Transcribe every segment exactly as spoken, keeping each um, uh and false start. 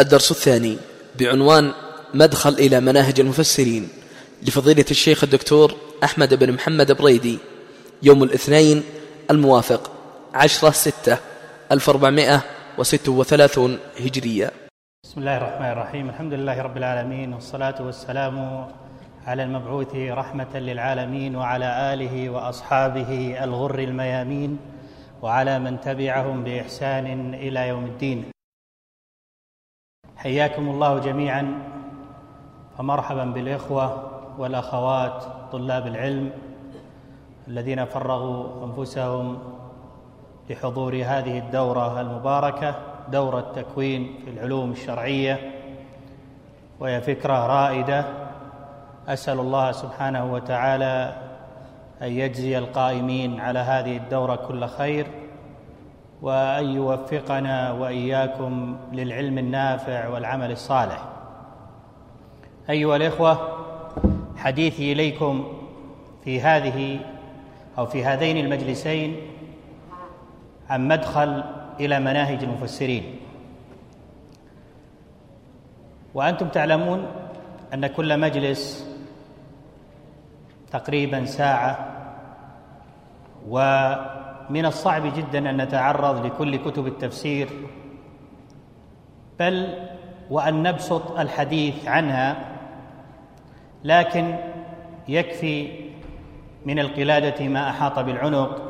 الدرس الثاني بعنوان مدخل إلى مناهج المفسرين لفضيلة الشيخ الدكتور أحمد بن محمد بريدي، يوم الاثنين الموافق عشرة ستة ألف وأربعمائة وستة وثلاثين هجرية. بسم الله الرحمن الرحيم. الحمد لله رب العالمين، والصلاة والسلام على المبعوث رحمة للعالمين وعلى آله وأصحابه الغر الميامين وعلى من تبعهم بإحسان إلى يوم الدين. حياكم الله جميعا، ومرحبا بالإخوة والأخوات طلاب العلم الذين فرغوا أنفسهم لحضور هذه الدورة المباركة، دورة تكوين في العلوم الشرعية، وهي فكرة رائدة. أسأل الله سبحانه وتعالى أن يجزي القائمين على هذه الدورة كل خير، وأن يوفقنا وإياكم للعلم النافع والعمل الصالح. أيها الإخوة، حديثي إليكم في هذه أو في هذين المجلسين عن مدخل إلى مناهج المفسرين. وأنتم تعلمون أن كل مجلس تقريبا ساعة، ومن الصعب جدا أن نتعرض لكل كتب التفسير، بل وأن نبسط الحديث عنها، لكن يكفي من القلادة ما أحاط بالعنق.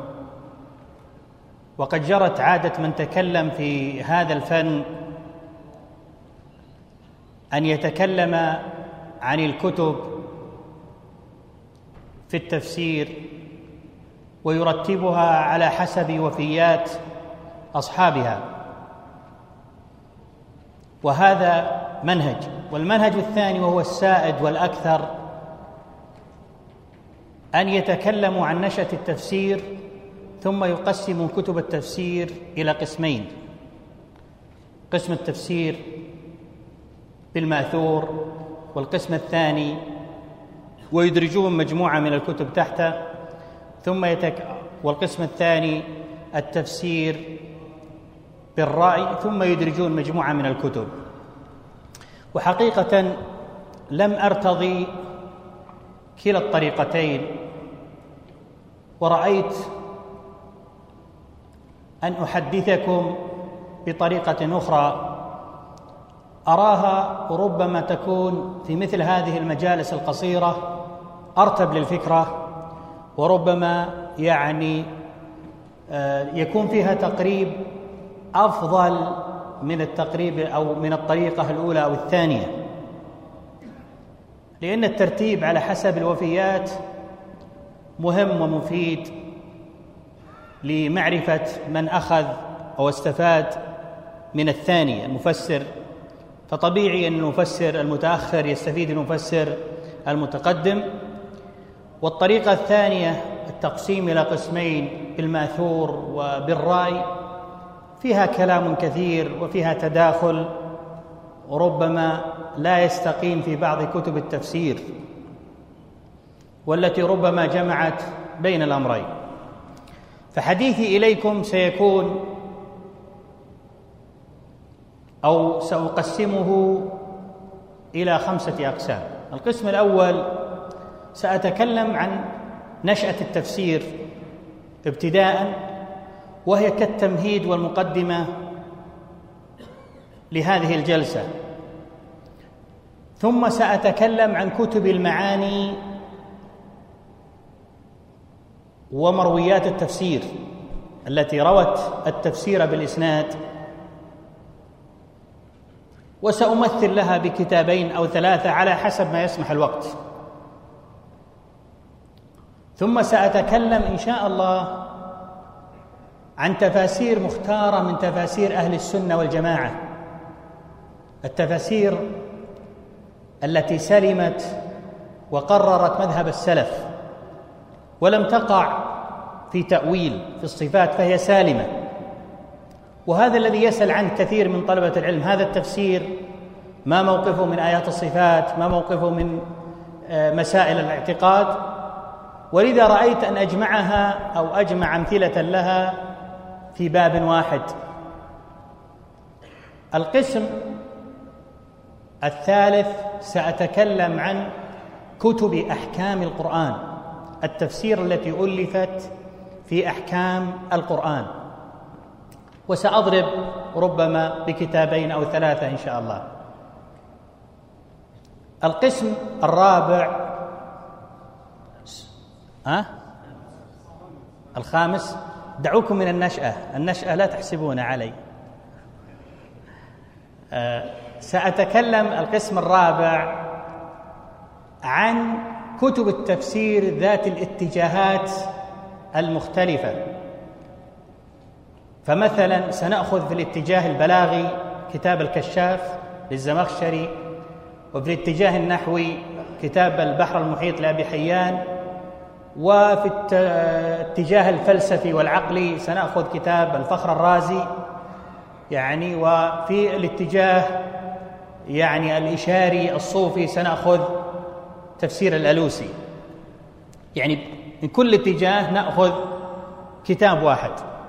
وقد جرت عادة من تكلم في هذا الفن أن يتكلم عن الكتب في التفسير ويرتبها على حسب وفيات أصحابها، وهذا منهج. والمنهج الثاني وهو السائد والأكثر أن يتكلموا عن نشأة التفسير ثم يقسموا كتب التفسير إلى قسمين: قسم التفسير بالمأثور، والقسم الثاني ويدرجون مجموعة من الكتب تحته، ثم يتك... والقسم الثاني التفسير بالرأي، ثم يدرجون مجموعة من الكتب. وحقيقة لم أرتضي كلا الطريقتين، ورأيت أن أحدثكم بطريقة أخرى أراها ربما تكون في مثل هذه المجالس القصيرة أرتب للفكرة، وربما يعني يكون فيها تقريب أفضل من التقريب أو من الطريقة الأولى أو الثانية، لأن الترتيب على حسب الوفيات مهم ومفيد لمعرفة من أخذ أو استفاد من الثاني المفسر. فطبيعي أن المفسر المتأخر يستفيد المفسر المتقدم. والطريقة الثانية التقسيم إلى قسمين بالماثور وبالرأي فيها كلام كثير وفيها تداخل، وربما لا يستقيم في بعض كتب التفسير، والتي ربما جمعت بين الأمرين. فحديثي إليكم سيكون أو سأقسمه إلى خمسة أقسام. القسم الأول سأتكلم عن نشأة التفسير ابتداءً، وهي كالتمهيد والمقدمة لهذه الجلسة. ثم سأتكلم عن كتب المعاني ومرويات التفسير التي روت التفسير بالإسناد، وسأمثل لها بكتابين أو ثلاثة على حسب ما يسمح الوقت. ثم سأتكلم إن شاء الله عن تفاسير مختارة من تفاسير أهل السنة والجماعة، التفاسير التي سلمت وقررت مذهب السلف ولم تقع في تأويل في الصفات، فهي سالمة. وهذا الذي يسأل عنه كثير من طلبة العلم، هذا التفسير ما موقفه من آيات الصفات، ما موقفه من مسائل الاعتقاد. ولذا رأيت أن أجمعها أو أجمع أمثلة لها في باب واحد. القسم الثالث سأتكلم عن كتب أحكام القرآن، التفسير التي ألفت في أحكام القرآن، وسأضرب ربما بكتابين أو ثلاثة إن شاء الله. القسم الرابع ها؟ الخامس، دعوكم من النشأة، النشأة لا تحسبون علي. أه سأتكلم القسم الرابع عن كتب التفسير ذات الاتجاهات المختلفة. فمثلا سنأخذ في الاتجاه البلاغي كتاب الكشاف للزمخشري، وفي الاتجاه النحوي كتاب البحر المحيط لأبي حيان، وفي الاتجاه الفلسفي والعقلي سنأخذ كتاب الفخر الرازي يعني، وفي الاتجاه يعني الإشاري الصوفي سنأخذ تفسير الألوسي. يعني من كل اتجاه نأخذ كتاب واحد.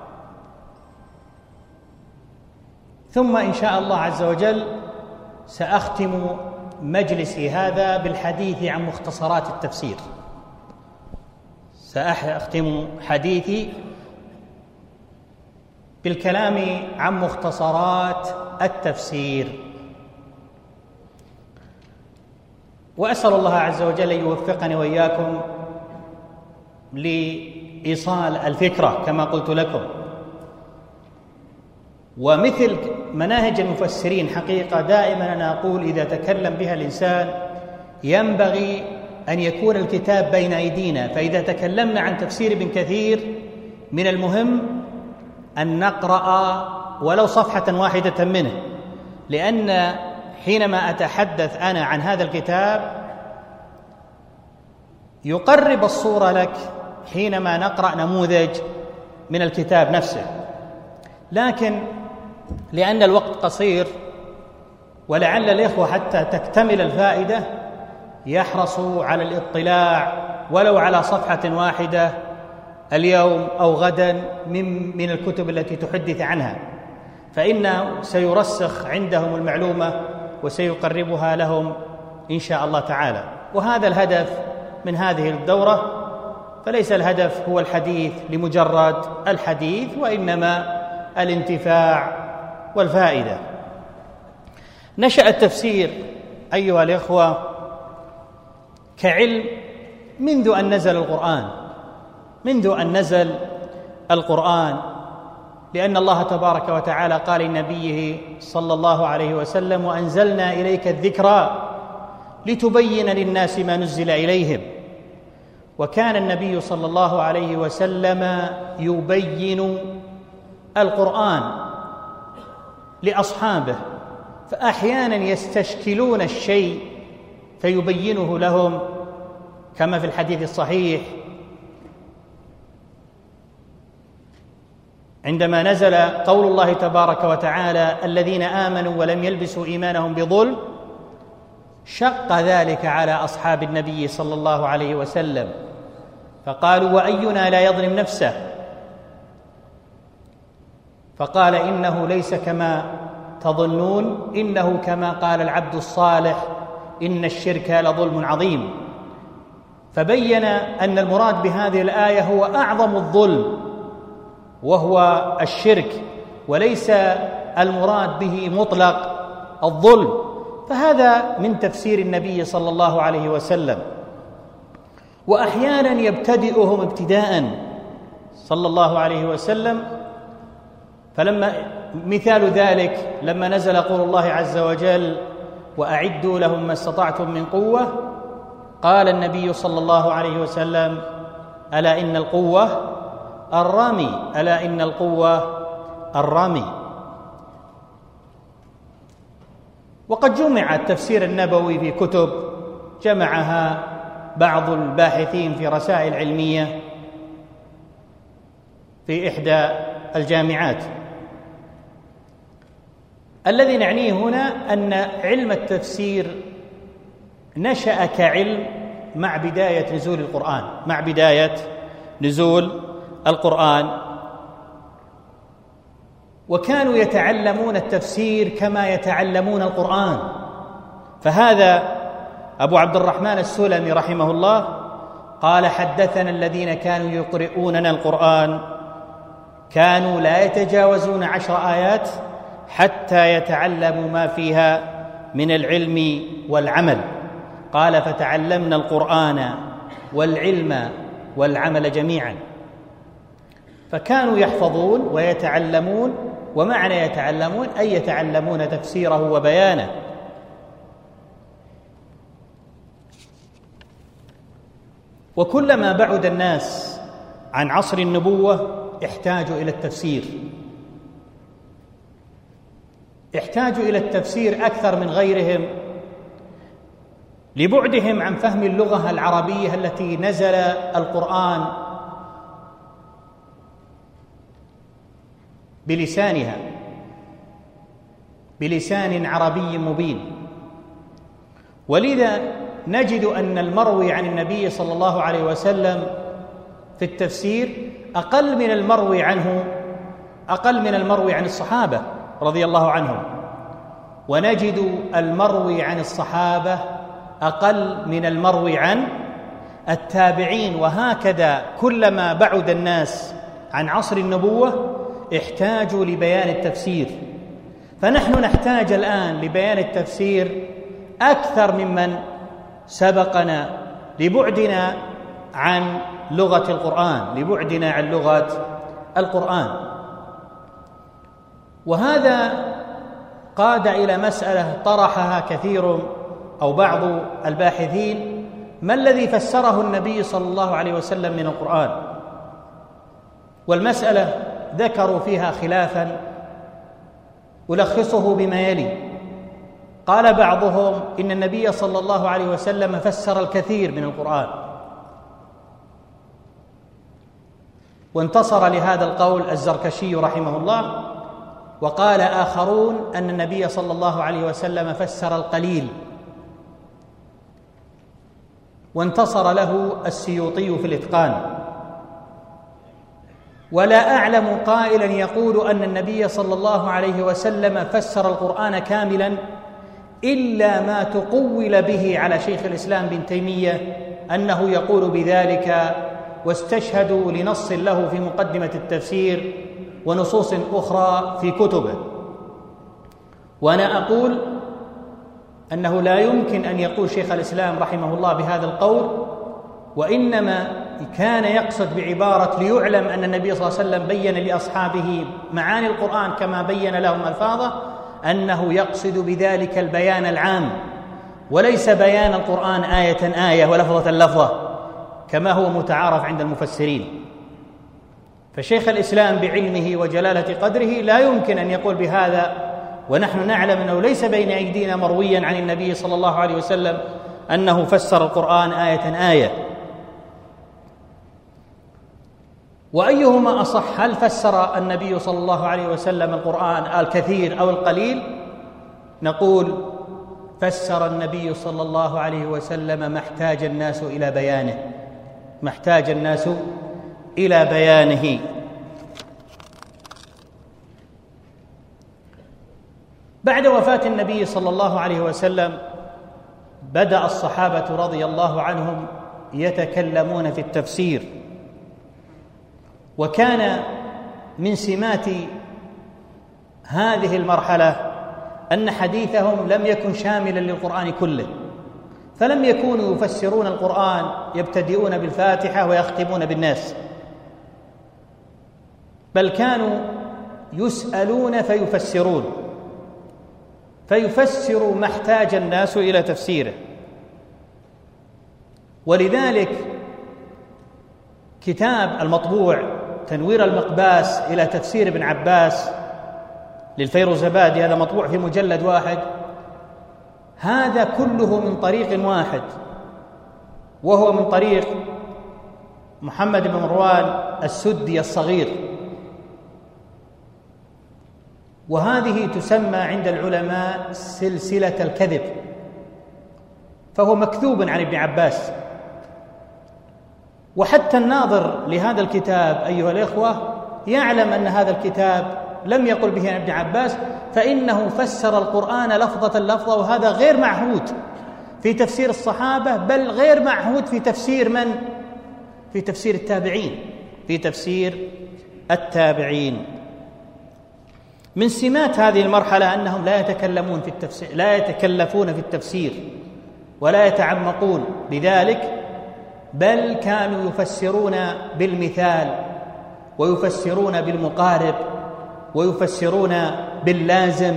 ثم إن شاء الله عز وجل سأختم مجلسي هذا بالحديث عن مختصرات التفسير. سأختم حديثي بالكلام عن مختصرات التفسير، وأسأل الله عز وجل أن يوفقني وإياكم لإيصال الفكرة كما قلت لكم. ومثل مناهج المفسرين حقيقة دائما أنا أقول إذا تكلم بها الإنسان ينبغي أن يكون الكتاب بين أيدينا، فإذا تكلمنا عن تفسير ابن كثير من المهم أن نقرأ ولو صفحة واحدة منه، لأن حينما أتحدث أنا عن هذا الكتاب يقرب الصورة لك حينما نقرأ نموذج من الكتاب نفسه. لكن لأن الوقت قصير ولعل الإخوة حتى تكتمل الفائدة يحرصوا على الاطلاع ولو على صفحة واحدة اليوم أو غدا من من الكتب التي تحدث عنها، فإنه سيرسخ عندهم المعلومة وسيقربها لهم إن شاء الله تعالى. وهذا الهدف من هذه الدورة، فليس الهدف هو الحديث لمجرد الحديث، وإنما الانتفاع والفائدة. نشأ التفسير أيها الإخوة كعلم منذ أن نزل القرآن، منذ أن نزل القرآن، لأن الله تبارك وتعالى قال لنبيه صلى الله عليه وسلم: وأنزلنا إليك الذكرى لتبين للناس ما نزل إليهم. وكان النبي صلى الله عليه وسلم يبين القرآن لأصحابه، فأحيانا يستشكلون الشيء فيبينه لهم، كما في الحديث الصحيح عندما نزل قول الله تبارك وتعالى: الذين آمنوا ولم يلبسوا إيمانهم بظلم، شق ذلك على أصحاب النبي صلى الله عليه وسلم، فقالوا: وأينا لا يظلم نفسه؟ فقال: إنه ليس كما تظنون، إنه كما قال العبد الصالح: إن الشرك لظلم عظيم. فبين أن المراد بهذه الآية هو أعظم الظلم وهو الشرك، وليس المراد به مطلق الظلم. فهذا من تفسير النبي صلى الله عليه وسلم. وأحيانا يبتدئهم ابتداء صلى الله عليه وسلم، فلما مثال ذلك لما نزل قول الله عز وجل: وأعدوا لهم ما استطعتم من قوة، قال النبي صلى الله عليه وسلم: ألا إن القوة الرمي، ألا إن القوة الرمي. وقد جمع التفسير النبوي في كتب جمعها بعض الباحثين في رسائل علمية في إحدى الجامعات. الذي نعنيه هنا أن علم التفسير نشأ كعلم مع بداية نزول القرآن، مع بداية نزول القرآن، وكانوا يتعلمون التفسير كما يتعلمون القرآن، فهذا أبو عبد الرحمن السلمي رحمه الله قال: حدثنا الذين كانوا يقرؤوننا القرآن كانوا لا يتجاوزون عشر آيات حتى يتعلموا ما فيها من العلم والعمل. قال: فتعلمنا القرآن والعلم والعمل جميعا. فكانوا يحفظون ويتعلمون، ومعنى يتعلمون أي يتعلمون تفسيره وبيانه. وكلما بعد الناس عن عصر النبوة احتاجوا إلى التفسير، احتاجوا إلى التفسير أكثر من غيرهم لبعدهم عن فهم اللغة العربية التي نزل القرآن بلسانها، بلسان عربي مبين. ولذا نجد أن المروي عن النبي صلى الله عليه وسلم في التفسير أقل من المروي عنه أقل من المروي عن الصحابة رضي الله عنهم، ونجد المروي عن الصحابة أقل من المروي عن التابعين. وهكذا كلما بعد الناس عن عصر النبوة احتاجوا لبيان التفسير. فنحن نحتاج الآن لبيان التفسير أكثر ممن سبقنا لبعدنا عن لغة القرآن لبعدنا عن لغة القرآن. وهذا قاد إلى مسألة طرحها كثير أو بعض الباحثين: ما الذي فسره النبي صلى الله عليه وسلم من القرآن؟ والمسألة ذكروا فيها خلافا ألخصه بما يلي: قال بعضهم إن النبي صلى الله عليه وسلم فسر الكثير من القرآن، وانتصر لهذا القول الزركشي رحمه الله. وقال آخرون أن النبي صلى الله عليه وسلم فسر القليل، وانتصر له السيوطي في الإتقان. ولا أعلم قائلا يقول أن النبي صلى الله عليه وسلم فسر القرآن كاملا إلا ما تقول به على شيخ الإسلام بن تيمية أنه يقول بذلك، واستشهدوا لنص له في مقدمة التفسير ونصوص أخرى في كتبه. وأنا أقول أنه لا يمكن أن يقول شيخ الإسلام رحمه الله بهذا القول، وإنما كان يقصد بعبارة ليعلم أن النبي صلى الله عليه وسلم بين لأصحابه معاني القرآن كما بين لهم ألفاظه، أنه يقصد بذلك البيان العام وليس بيان القرآن آية آية ولفظة لفظة كما هو متعارف عند المفسرين. فشيخ الإسلام بعلمه وجلالة قدره لا يمكن أن يقول بهذا، ونحن نعلم أنه ليس بين أيدينا مرويا عن النبي صلى الله عليه وسلم أنه فسر القرآن آية آية. وأيهما أصح؟ هل فسر النبي صلى الله عليه وسلم القرآن الكثير أو القليل؟ نقول فسر النبي صلى الله عليه وسلم ما احتاج الناس إلى بيانه ما احتاج الناس إلى بيانه. بعد وفاة النبي صلى الله عليه وسلم بدأ الصحابة رضي الله عنهم يتكلمون في التفسير، وكان من سمات هذه المرحلة أن حديثهم لم يكن شاملا للقرآن كله، فلم يكونوا يفسرون القرآن يبتدئون بالفاتحة ويختمون بالناس، بل كانوا يسألون فيفسرون فيفسر ما احتاج الناس إلى تفسيره. ولذلك كتاب المطبوع تنوير المقباس إلى تفسير ابن عباس للفيروزبادي، هذا مطبوع في مجلد واحد، هذا كله من طريق واحد، وهو من طريق محمد بن مروان السدي الصغير. وهذه تسمى عند العلماء سلسلة الكذب، فهو مكذوب عن ابن عباس. وحتى الناظر لهذا الكتاب أيها الإخوة يعلم أن هذا الكتاب لم يقل به ابن عباس، فإنه فسر القرآن لفظة لفظة، وهذا غير معهود في تفسير الصحابة، بل غير معهود في تفسير من؟ في تفسير التابعين في تفسير التابعين. من سمات هذه المرحلة أنهم لا يتكلمون في التفسير، لا يتكلفون في التفسير ولا يتعمقون بذلك، بل كانوا يفسرون بالمثال ويفسرون بالمقارب ويفسرون باللازم،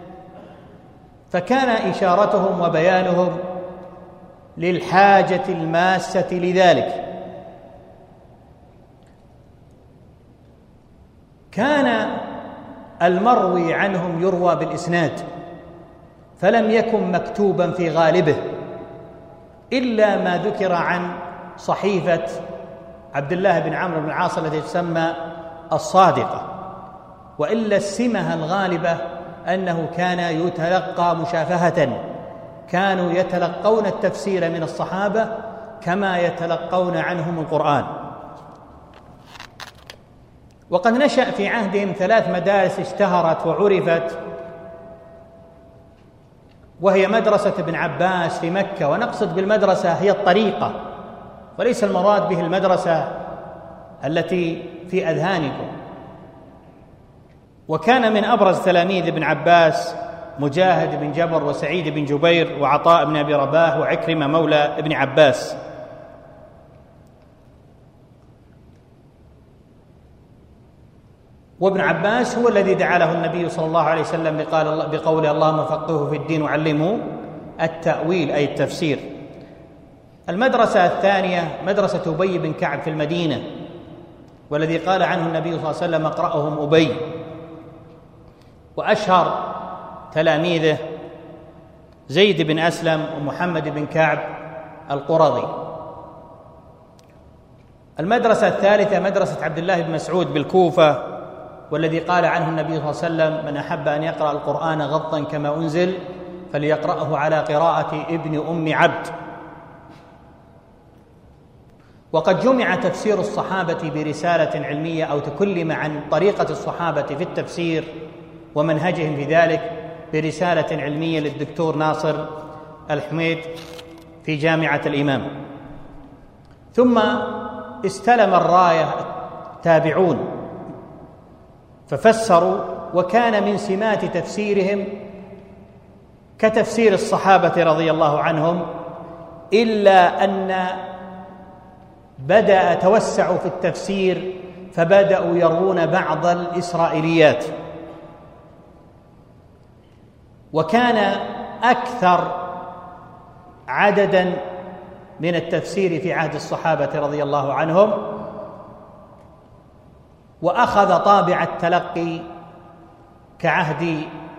فكان إشارتهم وبيانهم للحاجة الماسة لذلك. كان المروي عنهم يروى بالإسناد، فلم يكن مكتوبا في غالبه إلا ما ذكر عن صحيفة عبد الله بن عمرو بن العاص التي تسمى الصادقة، وإلا السمة الغالبة أنه كان يتلقى مشافهة، كانوا يتلقون التفسير من الصحابة كما يتلقون عنهم القرآن. وقد نشأ في عهدهم ثلاث مدارس اشتهرت وعرفت، وهي مدرسة ابن عباس في مكة، ونقصد بالمدرسة هي الطريقة، وليس المراد به المدرسة التي في أذهانكم. وكان من أبرز تلاميذ ابن عباس مجاهد بن جبر وسعيد بن جبير وعطاء بن أبي رباح وعكرمة مولى ابن عباس. وابن عباس هو الذي دعا له النبي صلى الله عليه وسلم بقوله اللهم فقهه في الدين وعلمه التأويل أي التفسير. المدرسة الثانية مدرسة أبي بن كعب في المدينة، والذي قال عنه النبي صلى الله عليه وسلم اقرأهم أبي. وأشهر تلاميذه زيد بن أسلم ومحمد بن كعب القرظي. المدرسة الثالثة مدرسة عبد الله بن مسعود بالكوفة، والذي قال عنه النبي صلى الله عليه وسلم من أحب أن يقرأ القرآن غضا كما أنزل فليقرأه على قراءة ابن أم عبد. وقد جمع تفسير الصحابة برسالة علمية أو تكلم عن طريقة الصحابة في التفسير ومنهجهم في ذلك برسالة علمية للدكتور ناصر الحميد في جامعة الإمام. ثم استلم الراية التابعون ففسروا، وكان من سمات تفسيرهم كتفسير الصحابة رضي الله عنهم، إلا أن بدأ توسعوا في التفسير فبدأوا يروون بعض الإسرائيليات. وكان أكثر عددا من التفسير في عهد الصحابة رضي الله عنهم، وأخذ طابع التلقي كعهد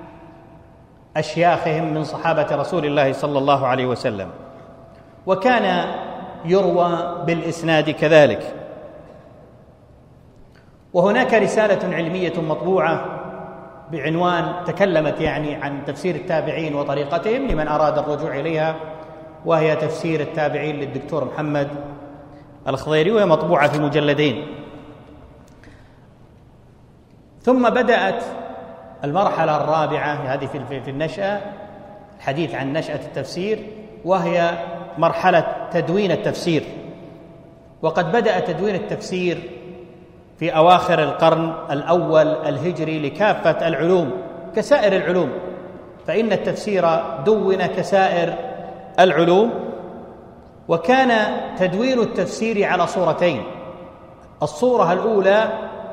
أشياخهم من صحابة رسول الله صلى الله عليه وسلم، وكان يروى بالإسناد كذلك. وهناك رسالة علمية مطبوعة بعنوان تكلمت يعني عن تفسير التابعين وطريقتهم لمن أراد الرجوع إليها، وهي تفسير التابعين للدكتور محمد الخضيري، وهي مطبوعة في مجلدين. ثم بدأت المرحلة الرابعة هذه في النشأة، الحديث عن نشأة التفسير، وهي مرحلة تدوين التفسير. وقد بدأ تدوين التفسير في أواخر القرن الأول الهجري لكافة العلوم كسائر العلوم، فإن التفسير دون كسائر العلوم. وكان تدوين التفسير على صورتين: الصورة الأولى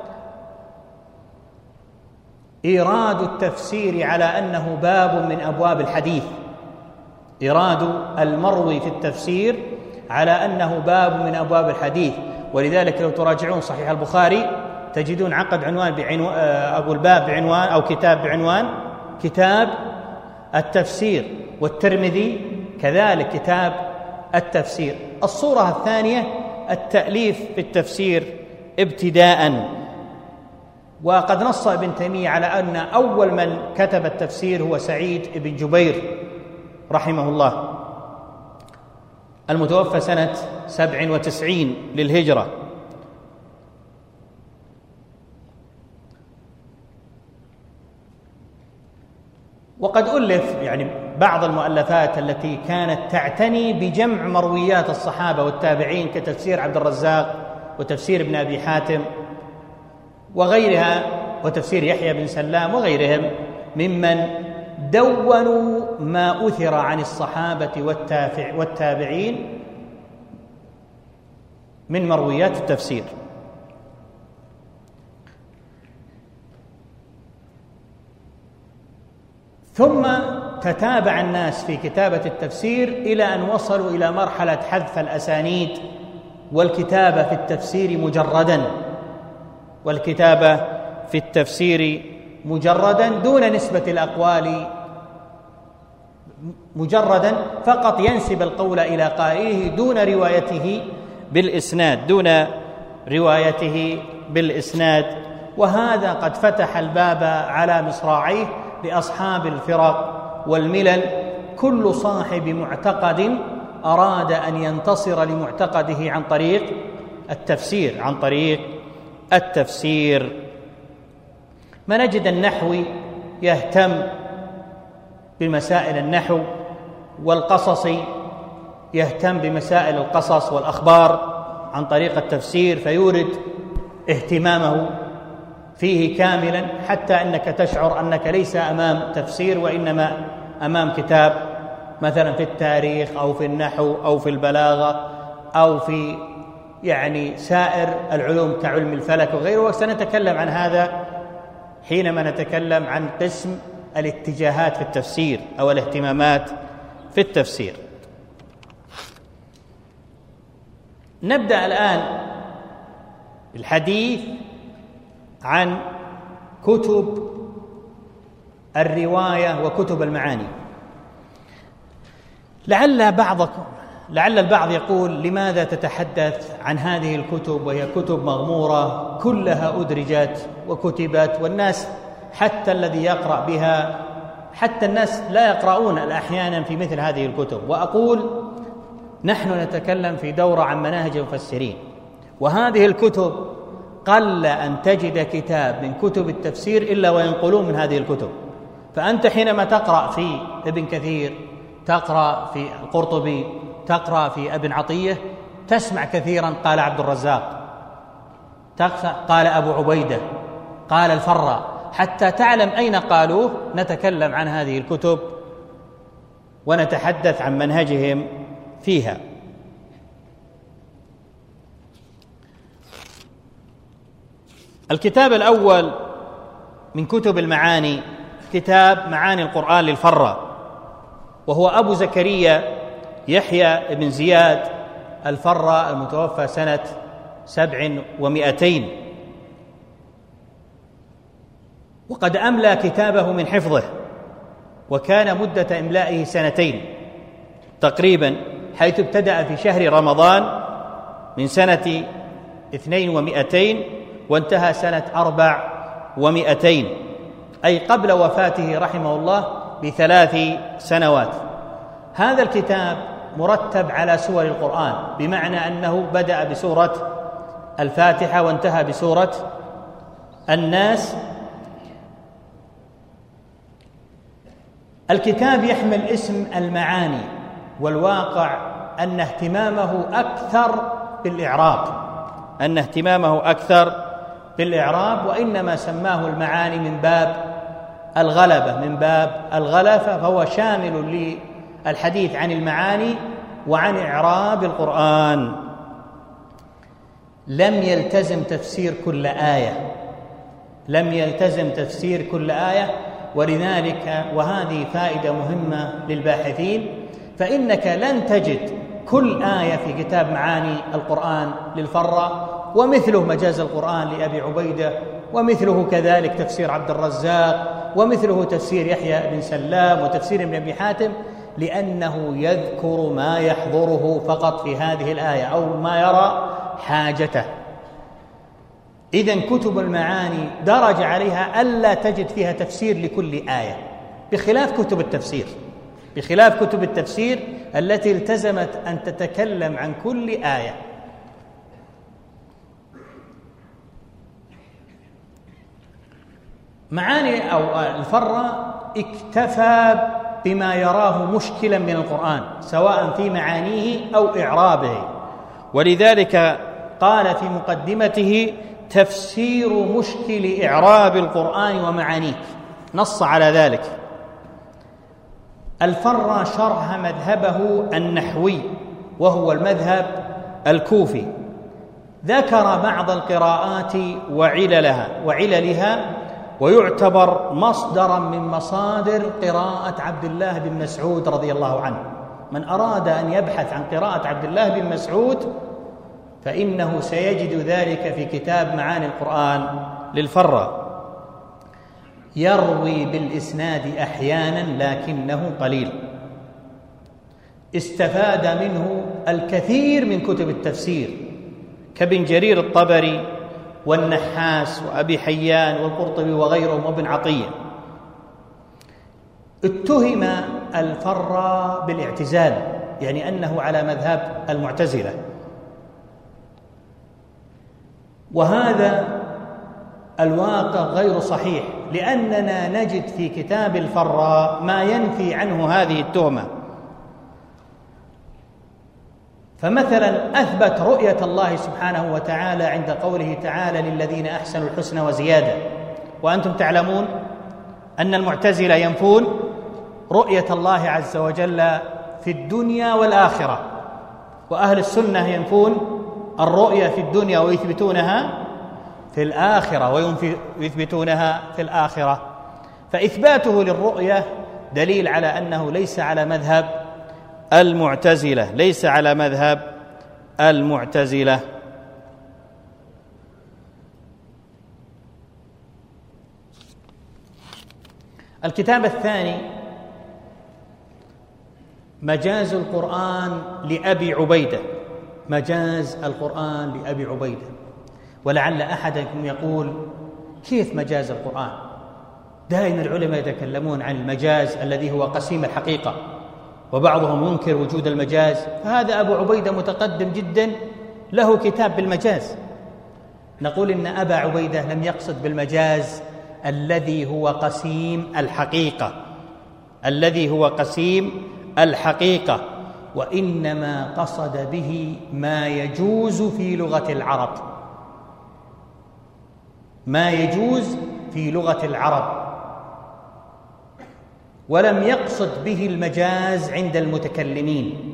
إيراد التفسير على أنه باب من أبواب الحديث، إيراد المروي في التفسير على أنه باب من أبواب الحديث. ولذلك لو تراجعون صحيح البخاري تجدون عقد عنوان بعنوان أبو الباب بعنوان أو كتاب بعنوان كتاب التفسير، والترمذي كذلك كتاب التفسير. الصورة الثانية التأليف في التفسير ابتداءً، وقد نص ابن تيمية على أن أول من كتب التفسير هو سعيد بن جبير رحمه الله، المتوفى سنة سبع وتسعين للهجرة. وقد ألف يعني بعض المؤلفات التي كانت تعتني بجمع مرويات الصحابة والتابعين كتفسير عبد الرزاق وتفسير ابن أبي حاتم وغيرها، وتفسير يحيى بن سلام وغيرهم ممن دونوا ما أثر عن الصحابة والتابعين من مرويات التفسير. ثم تتابع الناس في كتابة التفسير إلى أن وصلوا إلى مرحلة حذف الأسانيد والكتابة في التفسير مجرداً والكتابة في التفسير مجرداً دون نسبة الأقوال، مجرداً فقط ينسب القول إلى قائله دون روايته بالإسناد دون روايته بالإسناد وهذا قد فتح الباب على مصراعيه لأصحاب الفرق والملل. كل صاحب معتقد أراد أن ينتصر لمعتقده عن طريق التفسير عن طريق التفسير. منجد النحوي يهتم بمسائل النحو، والقصصي يهتم بمسائل القصص والأخبار عن طريق التفسير، فيورد اهتمامه فيه كاملا حتى أنك تشعر أنك ليس أمام تفسير وإنما أمام كتاب مثلا في التاريخ أو في النحو أو في البلاغة أو في يعني سائر العلوم كعلم الفلك وغيره، وسنتكلم عن هذا حينما نتكلم عن قسم الاتجاهات في التفسير أو الاهتمامات في التفسير. نبدأ الآن الحديث عن كتب الرواية وكتب المعاني. لعل بعضكم لعل البعض يقول لماذا تتحدث عن هذه الكتب وهي كتب مغمورة كلها أدرجت وكتبت، والناس حتى الذي يقرأ بها حتى الناس لا يقرؤون أحيانا في مثل هذه الكتب. وأقول نحن نتكلم في دورة عن مناهج المفسرين، وهذه الكتب قل أن تجد كتاب من كتب التفسير إلا وينقلون من هذه الكتب. فأنت حينما تقرأ في ابن كثير، تقرأ في القرطبي، تقرأ في ابن عطية، تسمع كثيرا قال عبد الرزاق، قال أبو عبيدة، قال الفراء، حتى تعلم أين قالوه. نتكلم عن هذه الكتب ونتحدث عن منهجهم فيها. الكتاب الأول من كتب المعاني كتاب معاني القرآن للفراء، وهو أبو زكريا يحيى بن زياد الفراء المتوفى سنة سبع ومئتين، وقد أملى كتابه من حفظه، وكان مدة إملائه سنتين تقريبا، حيث ابتدأ في شهر رمضان من سنة اثنين ومئتين وانتهى سنة أربع ومئتين، أي قبل وفاته رحمه الله بثلاث سنوات. هذا الكتاب مرتب على سور القرآن، بمعنى أنه بدأ بسورة الفاتحة وانتهى بسورة الناس. الكتاب يحمل اسم المعاني، والواقع أن اهتمامه أكثر بالإعراب أن اهتمامه أكثر بالإعراب وإنما سماه المعاني من باب الغلبة من باب الغلفة، فهو شامل للحديث عن المعاني وعن إعراب القرآن. لم يلتزم تفسير كل آية لم يلتزم تفسير كل آية ولذلك وهذه فائدة مهمة للباحثين، فإنك لن تجد كل آية في كتاب معاني القرآن للفراء، ومثله مجاز القرآن لأبي عبيدة، ومثله كذلك تفسير عبد الرزاق، ومثله تفسير يحيى بن سلام وتفسير ابن أبي حاتم، لأنه يذكر ما يحضره فقط في هذه الآية أو ما يرى حاجته. إذن كتب المعاني درج عليها ألا تجد فيها تفسير لكل آية، بخلاف كتب التفسير بخلاف كتب التفسير التي التزمت أن تتكلم عن كل آية. معاني أو الفرة اكتفى بما يراه مشكلا من القرآن سواء في معانيه أو إعرابه، ولذلك قال في مقدمته: تفسير مشكل إعراب القرآن ومعانيه، نص على ذلك. الفرة شرح مذهبه النحوي وهو المذهب الكوفي، ذكر بعض القراءات وعللها وعللها ويعتبر مصدرا من مصادر قراءة عبد الله بن مسعود رضي الله عنه. من أراد أن يبحث عن قراءة عبد الله بن مسعود فإنه سيجد ذلك في كتاب معاني القرآن للفرة. يروي بالإسناد أحيانا لكنه قليل، استفاد منه الكثير من كتب التفسير كابن جرير الطبري والنحاس وأبي حيان والقرطبي وغيرهم وابن عطية. اتهم الفرة بالاعتزال، يعني أنه على مذهب المعتزلة، وهذا الواقع غير صحيح، لأننا نجد في كتاب الفرة ما ينفي عنه هذه التهمة. فمثلا أثبت رؤية الله سبحانه وتعالى عند قوله تعالى: للذين أحسنوا الحسنى وزيادة، وأنتم تعلمون أن المعتزلة ينفون رؤية الله عز وجل في الدنيا والآخرة، وأهل السنة ينفون الرؤية في الدنيا ويثبتونها في الآخرة ويثبتونها في الآخرة. فإثباته للرؤية دليل على أنه ليس على مذهب المعتزلة، ليس على مذهب المعتزلة. الكتاب الثاني مجاز القرآن لأبي عبيدة، مجاز القرآن لأبي عبيدة. ولعل أحدكم يقول: كيف مجاز القرآن؟ دائما العلماء يتكلمون عن المجاز الذي هو قسيم الحقيقة، وبعضهم ينكر وجود المجاز، فهذا أبو عبيدة متقدم جدا له كتاب بالمجاز. نقول إن أبا عبيدة لم يقصد بالمجاز الذي هو قسيم الحقيقة، الذي هو قسيم الحقيقة، وإنما قصد به ما يجوز في لغة العرب، ما يجوز في لغة العرب، ولم يقصد به المجاز عند المتكلمين.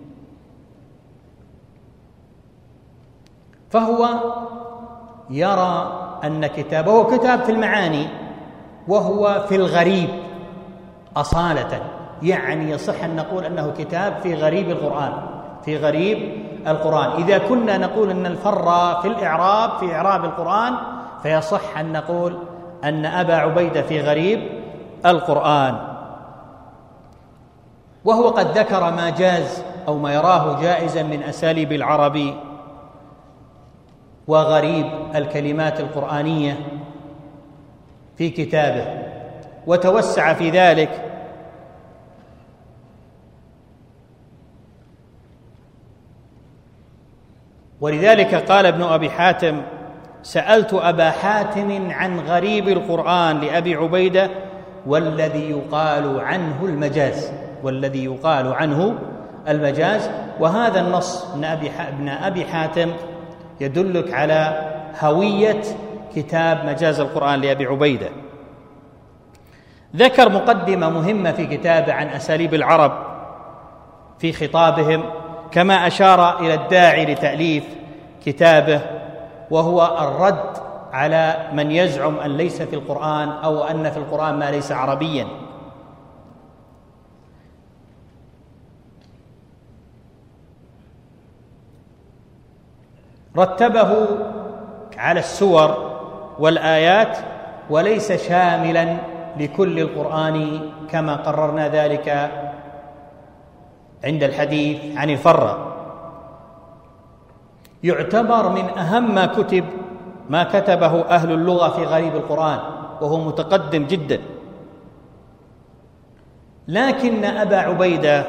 فهو يرى أن كتابه كتاب في المعاني، وهو في الغريب أصالة، يعني يصح أن نقول أنه كتاب في غريب القرآن، في غريب القرآن. إذا كنا نقول أن الفر في الإعراب في إعراب القرآن، فيصح أن نقول أن أبا عبيدة في غريب القرآن. وهو قد ذكر ما جاز أو ما يراه جائزا من أساليب العرب وغريب الكلمات القرآنية في كتابه، وتوسع في ذلك. ولذلك قال ابن أبي حاتم: سألت أبا حاتم عن غريب القرآن لأبي عبيدة والذي يقال عنه المجاز، والذي يقال عنه المجاز. وهذا النص من أبي ابن أبي حاتم يدلك على هوية كتاب مجاز القرآن لأبي عبيدة. ذكر مقدمة مهمة في كتابه عن أساليب العرب في خطابهم، كما أشار إلى الداعي لتأليف كتابه، وهو الرد على من يزعم أن ليس في القرآن أو أن في القرآن ما ليس عربيا. رتبه على السور والآيات، وليس شاملا لكل القرآن كما قررنا ذلك عند الحديث عن الفرة. يعتبر من أهم ما كتب ما كتبه أهل اللغة في غريب القرآن، وهو متقدم جدا. لكن أبا عبيدة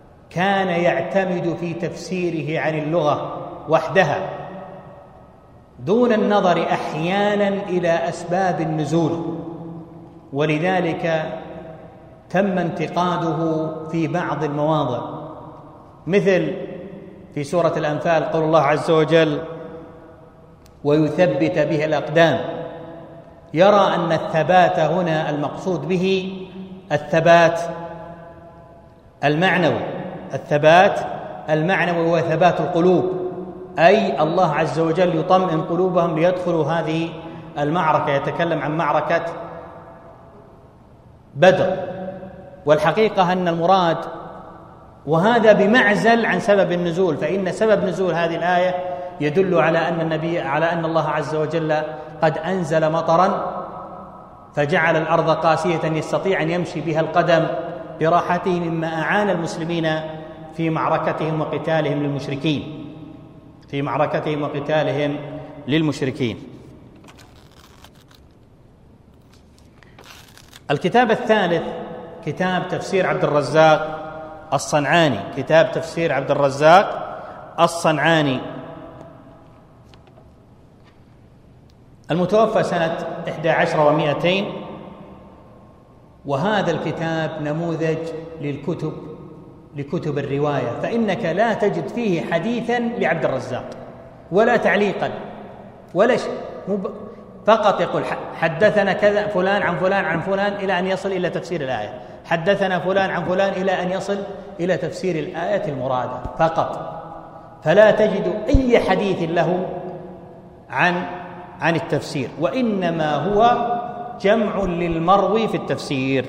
كان يعتمد في تفسيره عن اللغة وحدها، دون النظر أحيانا إلى أسباب النزول، ولذلك تم انتقاده في بعض المواضع، مثل في سورة الأنفال قول الله عز وجل: ويثبت به الأقدام. يرى أن الثبات هنا المقصود به الثبات المعنوي، الثبات المعنوي هو ثبات القلوب، أي الله عز وجل يطمئن قلوبهم ليدخلوا هذه المعركة. يتكلم عن معركة بدر، والحقيقة أن المراد، وهذا بمعزل عن سبب النزول، فإن سبب نزول هذه الآية يدل على أن النبي على أن الله عز وجل قد أنزل مطرا فجعل الأرض قاسية يستطيع أن يمشي بها القدم براحته، مما أعان المسلمين في معركتهم وقتالهم للمشركين في معركتهم وقتالهم للمشركين. الكتاب الثالث كتاب تفسير عبد الرزاق الصنعاني، كتاب تفسير عبد الرزاق الصنعاني المتوفى سنة إحدى عشر ومائتين، وهذا الكتاب نموذج للكتب لكتب الرواية، فإنك لا تجد فيه حديثا لعبد الرزاق ولا تعليقا ولا شيء، فقط يقول حدثنا كذا فلان عن فلان عن فلان إلى أن يصل إلى تفسير الآية، حدثنا فلان عن فلان إلى أن يصل إلى تفسير الآية المرادة فقط، فلا تجد أي حديث له عن عن التفسير، وإنما هو جمع للمروي في التفسير.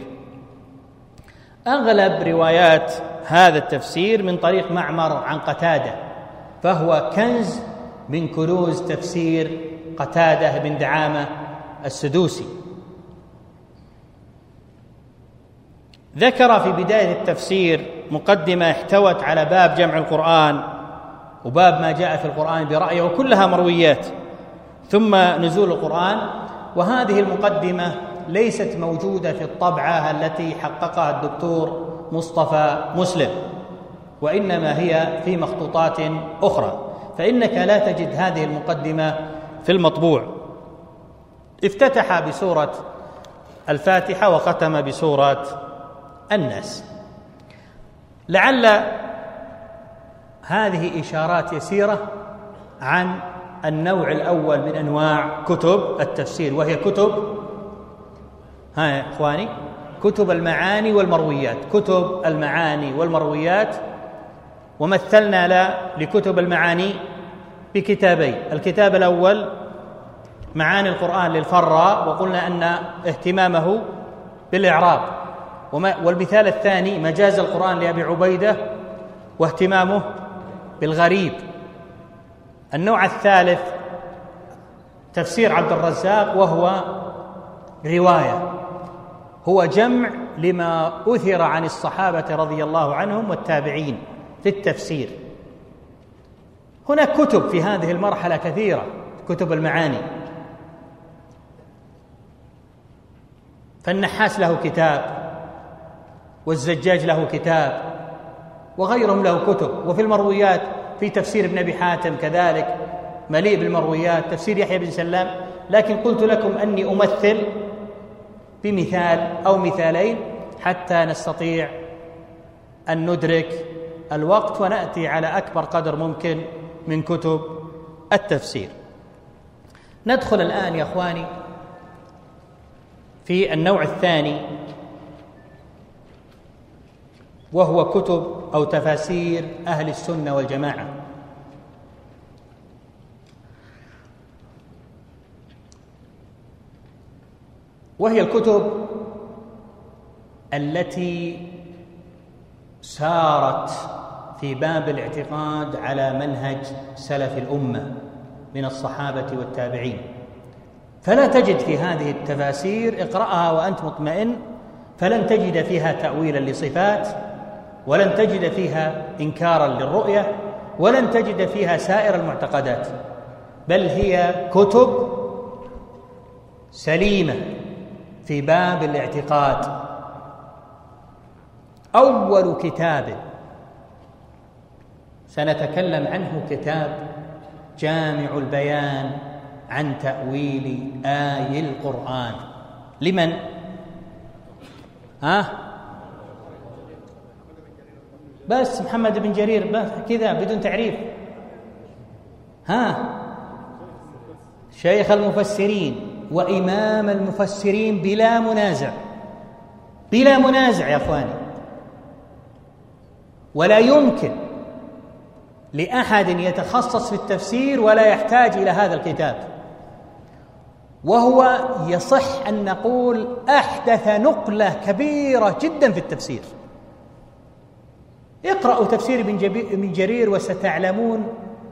أغلب روايات هذا التفسير من طريق معمر عن قتادة، فهو كنز من كنوز تفسير قتادة بن دعامة السدوسي. ذكر في بداية التفسير مقدمة احتوت على باب جمع القرآن وباب ما جاء في القرآن برأيه، وكلها مرويات، ثم نزول القرآن، وهذه المقدمة ليست موجودة في الطبعة التي حققها الدكتور مصطفى مسلم، وإنما هي في مخطوطات أخرى، فإنك لا تجد هذه المقدمة في المطبوع. افتتح بسورة الفاتحة وختم بسورة الناس. لعل هذه إشارات يسيرة عن النوع الأول من أنواع كتب التفسير، وهي كتب ها يا إخواني كتب المعاني والمرويات، كتب المعاني والمرويات. ومثلنا لا لكتب المعاني بكتابين، الكتاب الأول معاني القرآن للفراء، وقلنا أن اهتمامه بالإعراب، والمثال الثاني مجاز القرآن لأبي عبيدة واهتمامه بالغريب. النوع الثالث تفسير عبد الرزاق، وهو رواية، هو جمع لما أثر عن الصحابة رضي الله عنهم والتابعين في التفسير. هناك كتب في هذه المرحلة كثيرة، كتب المعاني، فالنحاس له كتاب، والزجاج له كتاب، وغيرهم له كتب. وفي المرويات في تفسير ابن أبي حاتم كذلك مليء بالمرويات، تفسير يحيى بن سلام. لكن قلت لكم أني أمثل بمثال أو مثالين حتى نستطيع أن ندرك الوقت ونأتي على أكبر قدر ممكن من كتب التفسير. ندخل الآن يا أخواني في النوع الثاني، وهو كتب أو تفاسير أهل السنة والجماعة. وهي الكتب التي سارت في باب الاعتقاد على منهج سلف الأمة من الصحابة والتابعين، فلا تجد في هذه التفاسير، اقرأها وأنت مطمئن، فلن تجد فيها تأويلا لصفات، ولن تجد فيها إنكارا للرؤية، ولن تجد فيها سائر المعتقدات، بل هي كتب سليمة في باب الاعتقاد. أول كتاب سنتكلم عنه كتاب جامع البيان عن تأويل آي القرآن. لمن؟ ها؟ بس محمد بن جرير بس كذا بدون تعريف. ها؟ شيخ المفسرين وإمام المفسرين بلا منازع، بلا منازع يا أخواني. ولا يمكن لأحد يتخصص في التفسير ولا يحتاج إلى هذا الكتاب، وهو يصح أن نقول أحدث نقلة كبيرة جدا في التفسير. اقرأوا تفسير ابن جرير وستعلمون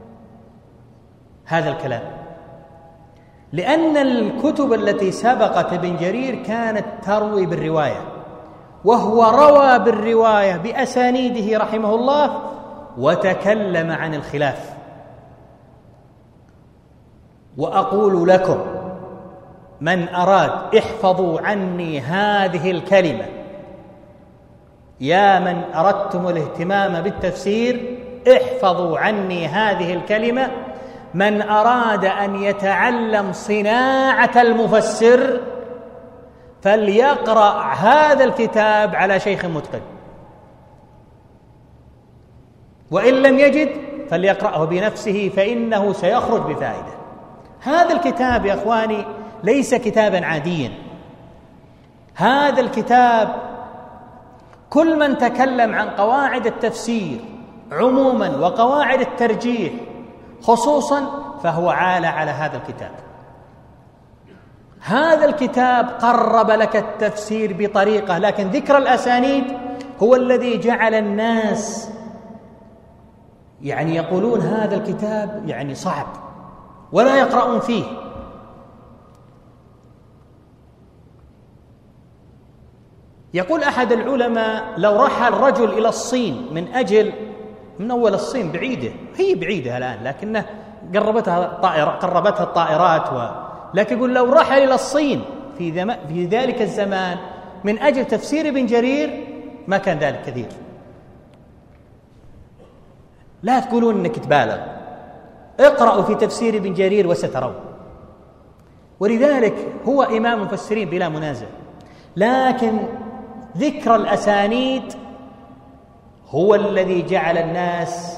هذا الكلام، لأن الكتب التي سبقت ابن جرير كانت تروي بالرواية، وهو روى بالرواية بأسانيده رحمه الله وتكلم عن الخلاف. وأقول لكم من أراد احفظوا عني هذه الكلمة، يا من أردتم الاهتمام بالتفسير احفظوا عني هذه الكلمة: من أراد أن يتعلم صناعة المفسر فليقرأ هذا الكتاب على شيخ متقن، وإن لم يجد فليقرأه بنفسه فإنه سيخرج بفائدة. هذا الكتاب يا أخواني ليس كتابا عاديا، هذا الكتاب كل من تكلم عن قواعد التفسير عموما وقواعد الترجيح خصوصا فهو عال على هذا الكتاب. هذا الكتاب قرب لك التفسير بطريقة، لكن ذكر الأسانيد هو الذي جعل الناس يعني يقولون هذا الكتاب يعني صعب ولا يقرؤون فيه. يقول أحد العلماء: لو رحل رجل إلى الصين من أجل من أول الصين بعيدة، هي بعيدة الآن لكنه قربتها الطائرة قربتها الطائرات و... لكن يقول لو رحل إلى الصين في, ذم... في ذلك الزمان من أجل تفسير ابن جرير ما كان ذلك كثير. لا تقولون إنك تبالغ، اقرأوا في تفسير ابن جرير وسترون. ولذلك هو إمام المفسرين بلا منازع، لكن ذكر الأسانيد هو الذي جعل الناس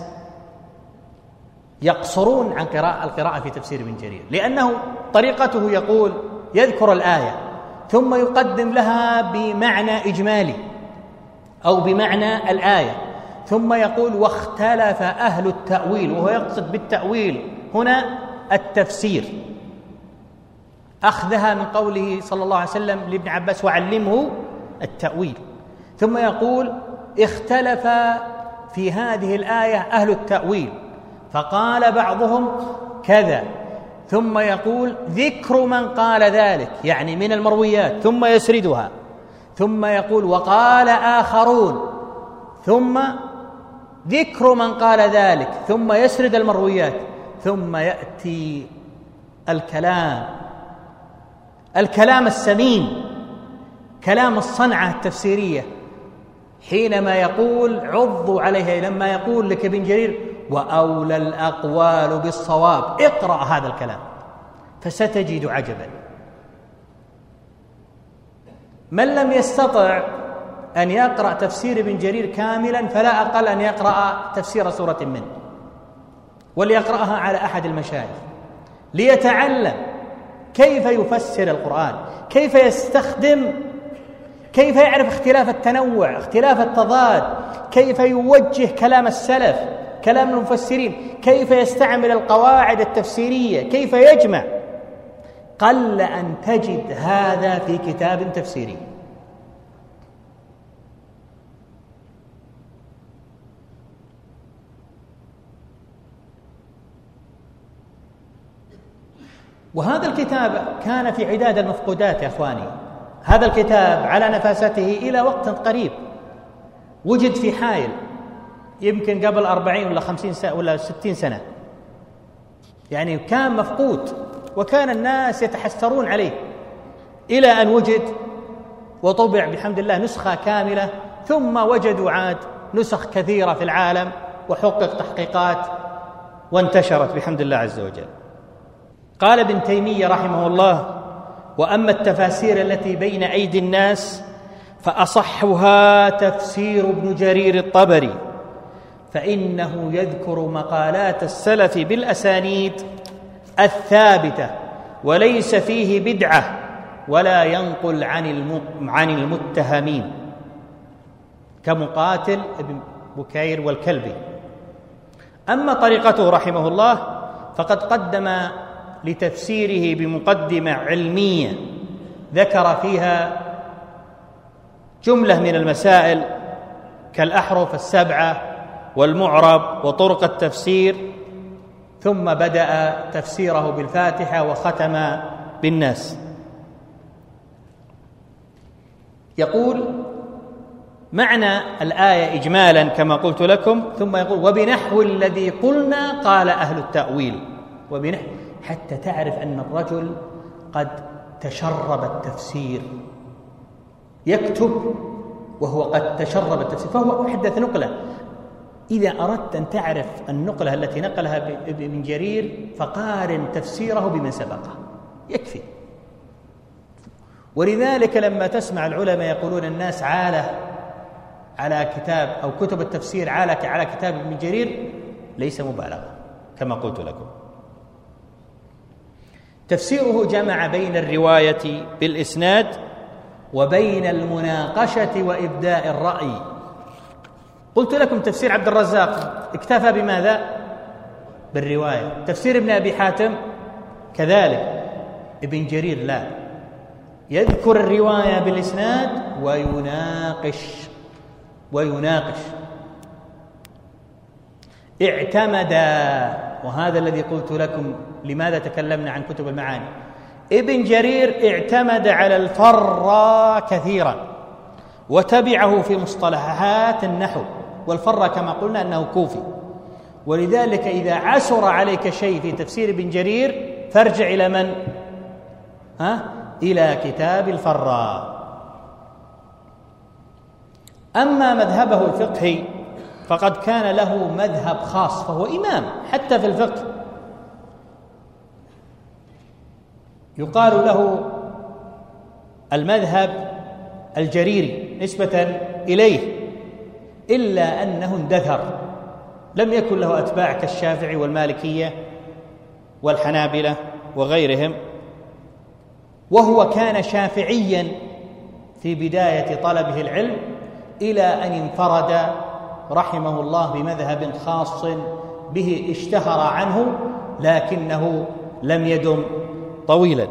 يقصرون عن قراءة القراءة في تفسير ابن جرير، لأنه طريقته يقول يذكر الآية ثم يقدم لها بمعنى إجمالي أو بمعنى الآية، ثم يقول واختلف أهل التأويل، وهو يقصد بالتأويل هنا التفسير، أخذها من قوله صلى الله عليه وسلم لابن عباس: وعلمه التأويل. ثم يقول اختلف في هذه الآية أهل التأويل فقال بعضهم كذا، ثم يقول ذكر من قال ذلك يعني من المرويات ثم يسردها، ثم يقول وقال آخرون، ثم ذكر من قال ذلك ثم يسرد المرويات، ثم يأتي الكلام الكلام السمين، كلام الصنعة التفسيرية، حينما يقول عضوا عليها، لما يقول لك ابن جرير وأولى الأقوال بالصواب، اقرأ هذا الكلام فستجد عجبا. من لم يستطع أن يقرأ تفسير ابن جرير كاملا فلا أقل أن يقرأ تفسير سورة منه، وليقرأها على أحد المشايخ ليتعلم كيف يفسر القرآن، كيف يستخدم، كيف يعرف اختلاف التنوع، اختلاف التضاد، كيف يوجه كلام السلف، كلام المفسرين، كيف يستعمل القواعد التفسيرية، كيف يجمع. قل أن تجد هذا في كتاب تفسيري. وهذا الكتاب كان في عداد المفقودات يا أخواني. هذا الكتاب على نفاسته إلى وقت قريب وجد في حائل يمكن قبل أربعين ولا خمسين سنة ولا ستين سنة، يعني كان مفقود وكان الناس يتحسرون عليه، إلى أن وجد وطبع بحمد الله نسخة كاملة، ثم وجدوا عاد نسخ كثيرة في العالم وحقق تحقيقات وانتشرت بحمد الله عز وجل. قال ابن تيمية رحمه الله: وأما التفاسير التي بين أيدي الناس فأصحها تفسير ابن جرير الطبري، فإنه يذكر مقالات السلف بالأسانيد الثابتة وليس فيه بدعة، ولا ينقل عن عن المتهمين كمقاتل ابن بكير والكلبي. أما طريقته رحمه الله فقد قدم لتفسيره بمقدمة علمية ذكر فيها جملة من المسائل كالأحرف السبعة والمعرب وطرق التفسير، ثم بدأ تفسيره بالفاتحة وختم بالناس. يقول معنى الآية إجمالا كما قلت لكم، ثم يقول: وبنحو الذي قلنا قال أهل التأويل. وبنحو حتى تعرف أن الرجل قد تشرب التفسير، يكتب وهو قد تشرب التفسير، فهو أحدث نقلة. إذا أردت أن تعرف النقلة التي نقلها ابن جرير فقارن تفسيره بمن سبقه، يكفي. ولذلك لما تسمع العلماء يقولون الناس عالة على كتاب أو كتب التفسير عالة على كتاب ابن جرير، ليس مبالغة كما قلت لكم. تفسيره جمع بين الرواية بالإسناد وبين المناقشة وإبداء الرأي. قلت لكم تفسير عبد الرزاق اكتفى بماذا؟ بالرواية. تفسير ابن أبي حاتم كذلك. ابن جرير لا، يذكر الرواية بالإسناد ويناقش ويناقش اعتمد. وهذا الذي قلت لكم لماذا تكلمنا عن كتب المعاني. ابن جرير اعتمد على الفر كثيرا وتبعه في مصطلحات النحو، والفر كما قلنا أنه كوفي، ولذلك إذا عسر عليك شيء في تفسير ابن جرير فارجع إلى من؟ ها؟ إلى كتاب الفراء. أما مذهبه الفقهي فقد كان له مذهب خاص، فهو إمام حتى في الفقه، يقال له المذهب الجريري نسبة إليه، إلا أنه اندثر، لم يكن له أتباع كالشافعي والمالكية والحنابلة وغيرهم، وهو كان شافعيا في بداية طلبه العلم، إلى أن انفرد رحمه الله بمذهب خاص به اشتهر عنه لكنه لم يدم طويلا.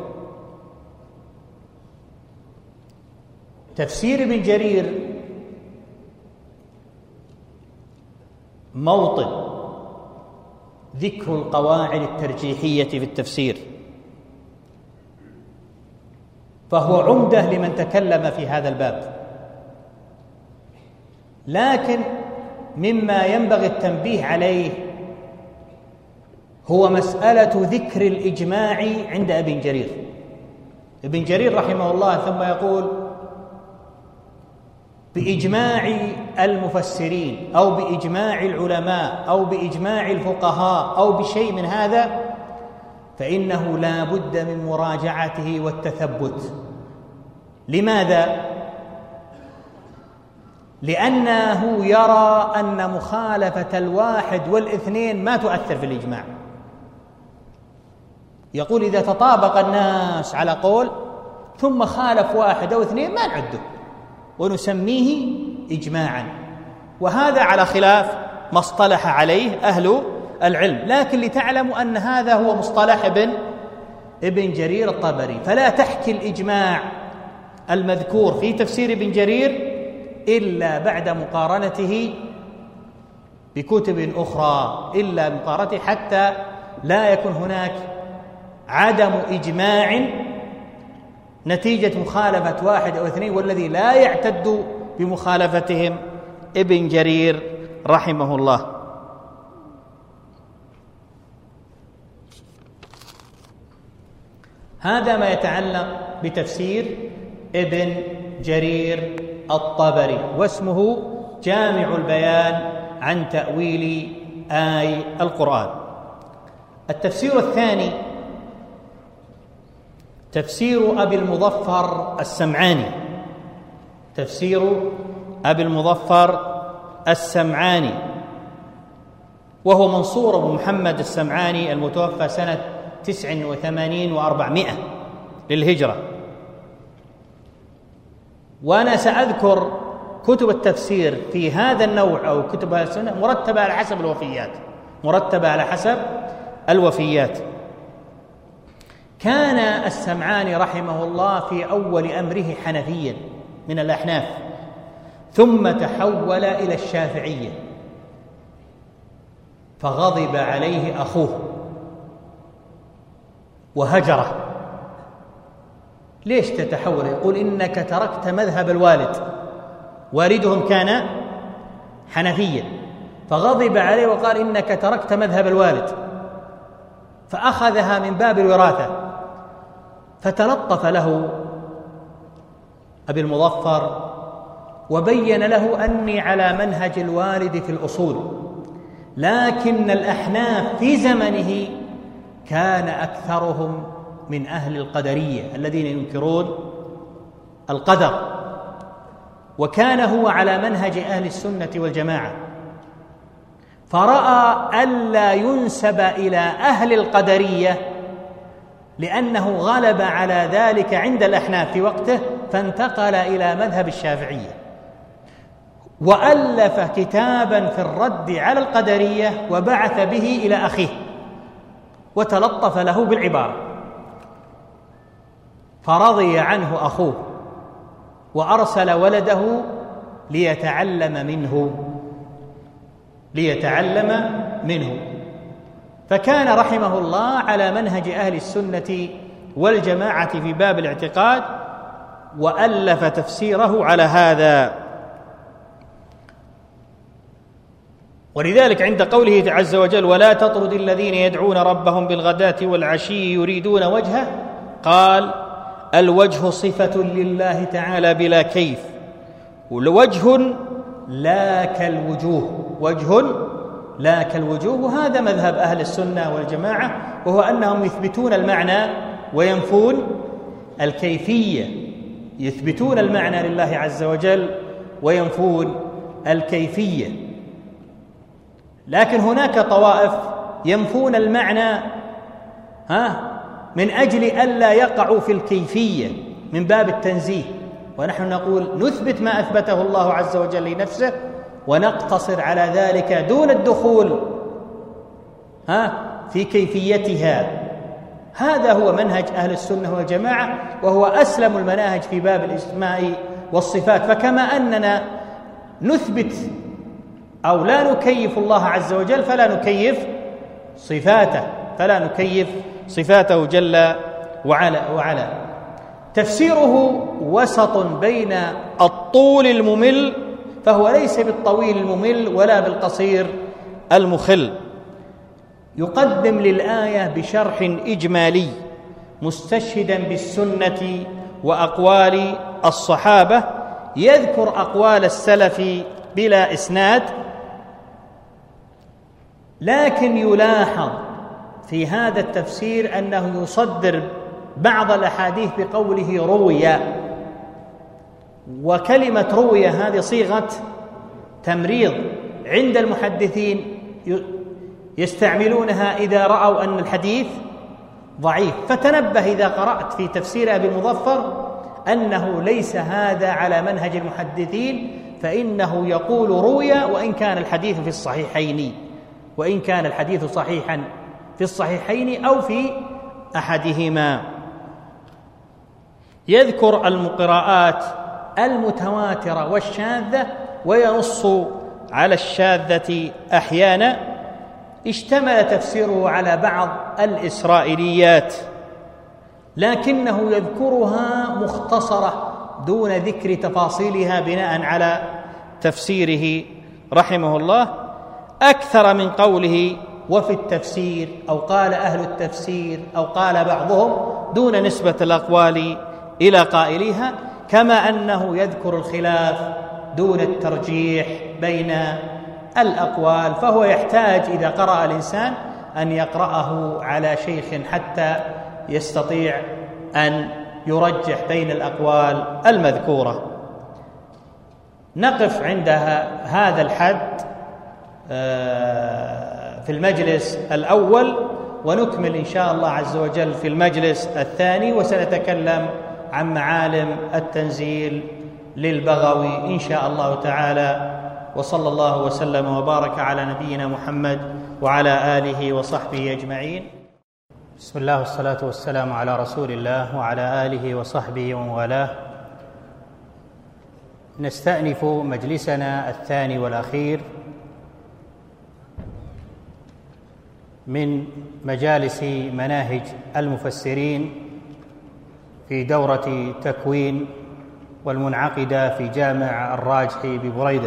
تفسير ابن جرير موطن ذكر القواعد الترجيحية في التفسير، فهو عمدة لمن تكلم في هذا الباب. لكن مما ينبغي التنبيه عليه هو مسألة ذكر الإجماع عند ابن جرير. ابن جرير رحمه الله ثم يقول: بإجماع المفسرين أو بإجماع العلماء أو بإجماع الفقهاء أو بشيء من هذا، فإنه لا بد من مراجعته والتثبت. لماذا؟ لأنه يرى أن مخالفة الواحد والاثنين ما تؤثر في الإجماع. يقول إذا تطابق الناس على قول ثم خالف واحد أو اثنين ما نعده ونسميه إجماعا، وهذا على خلاف ما اصطلح عليه أهل العلم. لكن لتعلموا أن هذا هو مصطلح ابن ابن جرير الطبري، فلا تحكي الإجماع المذكور في تفسير ابن جرير إلا بعد مقارنته بكتب أخرى، إلا مقارنته حتى لا يكون هناك عدم إجماع نتيجة مخالفة واحد أو اثنين، والذي لا يعتد بمخالفتهم ابن جرير رحمه الله. هذا ما يتعلق بتفسير ابن جرير الطبري، واسمه جامع البيان عن تأويل آي القرآن. التفسير الثاني تفسير أبي المظفر السمعاني، تفسير أبي المظفر السمعاني، وهو منصور بن محمد السمعاني المتوفى سنة تسع وثمانين وأربعمائة للهجرة. وأنا سأذكر كتب التفسير في هذا النوع أو كتب هذه السنة مرتبة على حسب الوفيات، مرتبة على حسب الوفيات. كان السمعاني رحمه الله في أول أمره حنفيا من الأحناف، ثم تحول إلى الشافعية، فغضب عليه أخوه وهجره. ليش تتحول؟ يقول إنك تركت مذهب الوالد، والدهم كان حنفيا، فغضب عليه وقال إنك تركت مذهب الوالد، فأخذها من باب الوراثة. فتلطف له أبي المظفر وبين له أني على منهج الوالد في الأصول، لكن الأحناف في زمنه كان أكثرهم من أهل القدرية الذين ينكرون القدر، وكان هو على منهج أهل السنة والجماعة، فرأى ألا ينسب إلى أهل القدرية لأنه غلب على ذلك عند الأحناف في وقته، فانتقل إلى مذهب الشافعية، وألف كتابا في الرد على القدرية وبعث به إلى أخيه وتلطف له بالعبارة، فرضي عنه أخوه وأرسل ولده ليتعلم منه ليتعلم منه فكان رحمه الله على منهج أهل السنة والجماعة في باب الاعتقاد، وألف تفسيره على هذا. ولذلك عند قوله عز وجل ولا تطرد الذين يدعون ربهم بالغداة والعشي يريدون وجهه، قال الوجه صفة لله تعالى بلا كيف، ووجه لا كالوجوه، وجه لا كالوجوه. وهذا مذهب أهل السنة والجماعة، وهو أنهم يثبتون المعنى وينفون الكيفية، يثبتون المعنى لله عز وجل وينفون الكيفية. لكن هناك طوائف ينفون المعنى ها من أجل ألا يقعوا في الكيفية من باب التنزيه، ونحن نقول نثبت ما أثبته الله عز وجل لنفسه ونقتصر على ذلك دون الدخول ها في كيفيتها. هذا هو منهج أهل السنة والجماعة، وهو أسلم المناهج في باب الأسماء والصفات. فكما أننا نثبت أو لا نكيف الله عز وجل فلا نكيف صفاته فلا نكيف صفاته جل وعلا وعلا. تفسيره وسط بين الطول الممل، فهو ليس بالطويل الممل ولا بالقصير المخل، يقدم للآية بشرح إجمالي مستشهدا بالسنة وأقوال الصحابة، يذكر أقوال السلف بلا إسناد، لكن يلاحظ في هذا التفسير أنه يصدر بعض الأحاديث بقوله روي، وكلمة روي هذه صيغة تمريض عند المحدثين يستعملونها إذا رأوا أن الحديث ضعيف. فتنبه إذا قرأت في تفسير أبي المظفر أنه ليس هذا على منهج المحدثين، فإنه يقول روي وإن كان الحديث في الصحيحين وإن كان الحديث صحيحا في الصحيحين أو في أحدهما. يذكر المقراءات المتواترة والشاذة وينص على الشاذة أحيانا. اشتمل تفسيره على بعض الإسرائيليات، لكنه يذكرها مختصرة دون ذكر تفاصيلها بناء على تفسيره رحمه الله، أكثر من قوله وفي التفسير أو قال أهل التفسير أو قال بعضهم، دون نسبة الأقوال إلى قائليها، كما أنه يذكر الخلاف دون الترجيح بين الأقوال. فهو يحتاج إذا قرأ الإنسان أن يقرأه على شيخ حتى يستطيع أن يرجح بين الأقوال المذكورة. نقف عند هذا الحد في المجلس الأول، ونكمل إن شاء الله عز وجل في المجلس الثاني، وسنتكلم عن معالم التنزيل للبغوي إن شاء الله تعالى. وصلى الله وسلم وبارك على نبينا محمد وعلى آله وصحبه أجمعين. بسم الله والصلاة والسلام على رسول الله وعلى آله وصحبه ومن والاه. نستأنف مجلسنا الثاني والأخير من مجالس مناهج المفسرين في دورة تكوين والمنعقدة في جامع الراجحي ببريدة.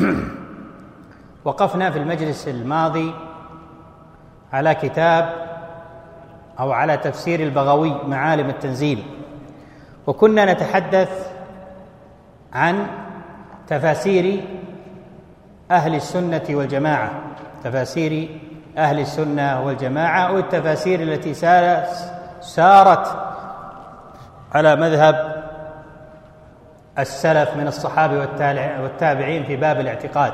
وقفنا في المجلس الماضي على كتاب أو على تفسير البغوي معالم التنزيل، وكنا نتحدث عن تفاسير أهل السنة والجماعة، تفاسير أهل السنة والجماعة والتفاسير التي سارت على مذهب السلف من الصحابة والتابعين في باب الاعتقاد.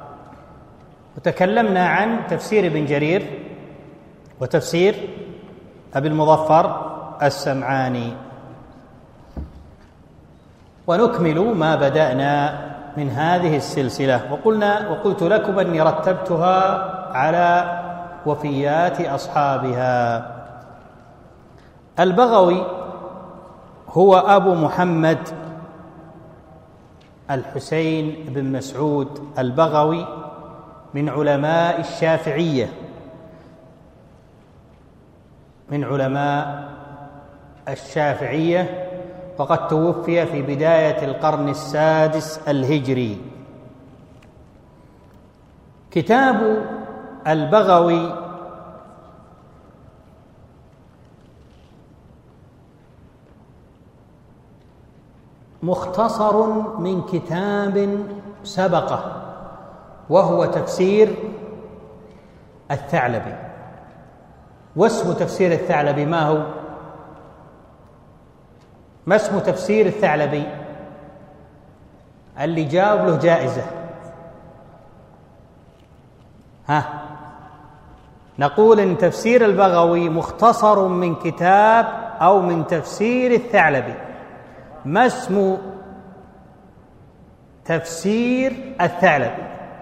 وتكلمنا عن تفسير ابن جرير وتفسير أبي المظفر السمعاني، ونكمل ما بدأنا من هذه السلسلة. وقلنا وقلت لكم أني رتبتها على وفيات أصحابها. البغوي هو أبو محمد الحسين بن مسعود البغوي من علماء الشافعية، من علماء الشافعية، وقد توفي في بداية القرن السادس الهجري. كتاب البغوي مختصر من كتاب سبقه، وهو تفسير الثعلبي. واسم تفسير الثعلبي ما هو؟ ما اسم تفسير الثعلبي؟ اللي جاوب له جائزة. ها، نقول إن تفسير البغوي مختصر من كتاب أو من تفسير الثعلبي. ما اسم تفسير الثعلبي؟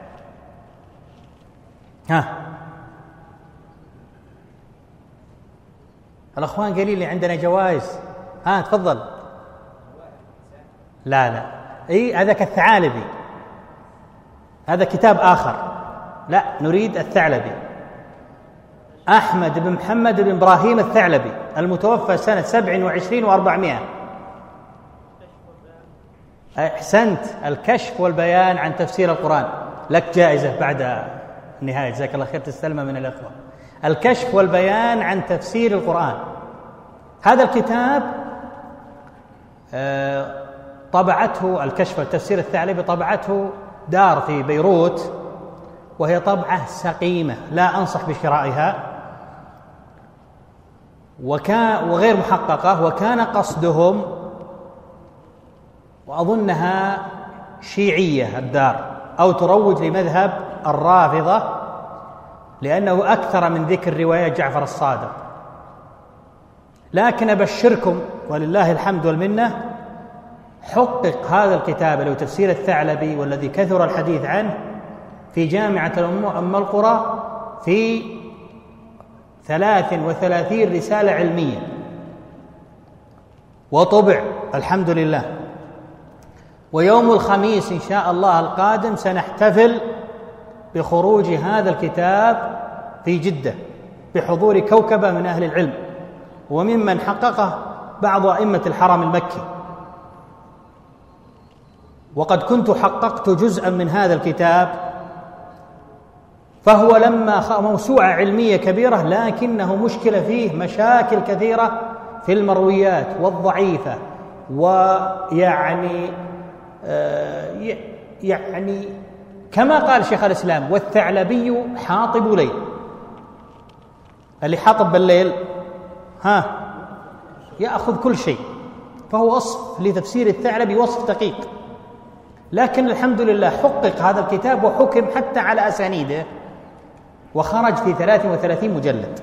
ها، الأخوان قليل عندنا جوائز. ها تفضل. لا لا اي هذا كالثعالبي، هذا كتاب آخر. لا، نريد الثعلبي. أحمد بن محمد بن إبراهيم الثعلبي المتوفى سنة سبع وعشرين وأربعمائة. أحسنت، الكشف والبيان عن تفسير القرآن. لك جائزة بعد النهاية، جزاك الله خير، تستلمها من الأخوة. الكشف والبيان عن تفسير القرآن. هذا الكتاب طبعته الكشف والتفسير الثعلبي، طبعته دار في بيروت، وهي طبعة سقيمة لا أنصح بشرائها، وكان وغير محققة. وكان قصدهم، وأظنها شيعية الدار، أو تروج لمذهب الرافضة، لأنه أكثر من ذكر رواية جعفر الصادق. لكن أبشركم ولله الحمد والمنة، حقق هذا الكتاب له تفسير الثعلبي والذي كثر الحديث عنه في جامعة أم القرى في ثلاث وثلاثين رسالة علمية، وطبع الحمد لله. ويوم الخميس إن شاء الله القادم سنحتفل بخروج هذا الكتاب في جدة بحضور كوكبة من أهل العلم، وممن حققه بعض أئمة الحرم المكي. وقد كنت حققت جزءا من هذا الكتاب، فهو لما موسوعة علمية كبيرة، لكنه مشكلة فيه مشاكل كثيرة في المرويات والضعيفة، ويعني آه يعني كما قال شيخ الإسلام: والثعلبي حاطب ليل. اللي حاطب بالليل ها يأخذ كل شيء، فهو وصف لتفسير الثعلبي وصف دقيق، لكن الحمد لله حقق هذا الكتاب وحكم حتى على أسانيده، وخرج في ثلاث وثلاثين مجلد،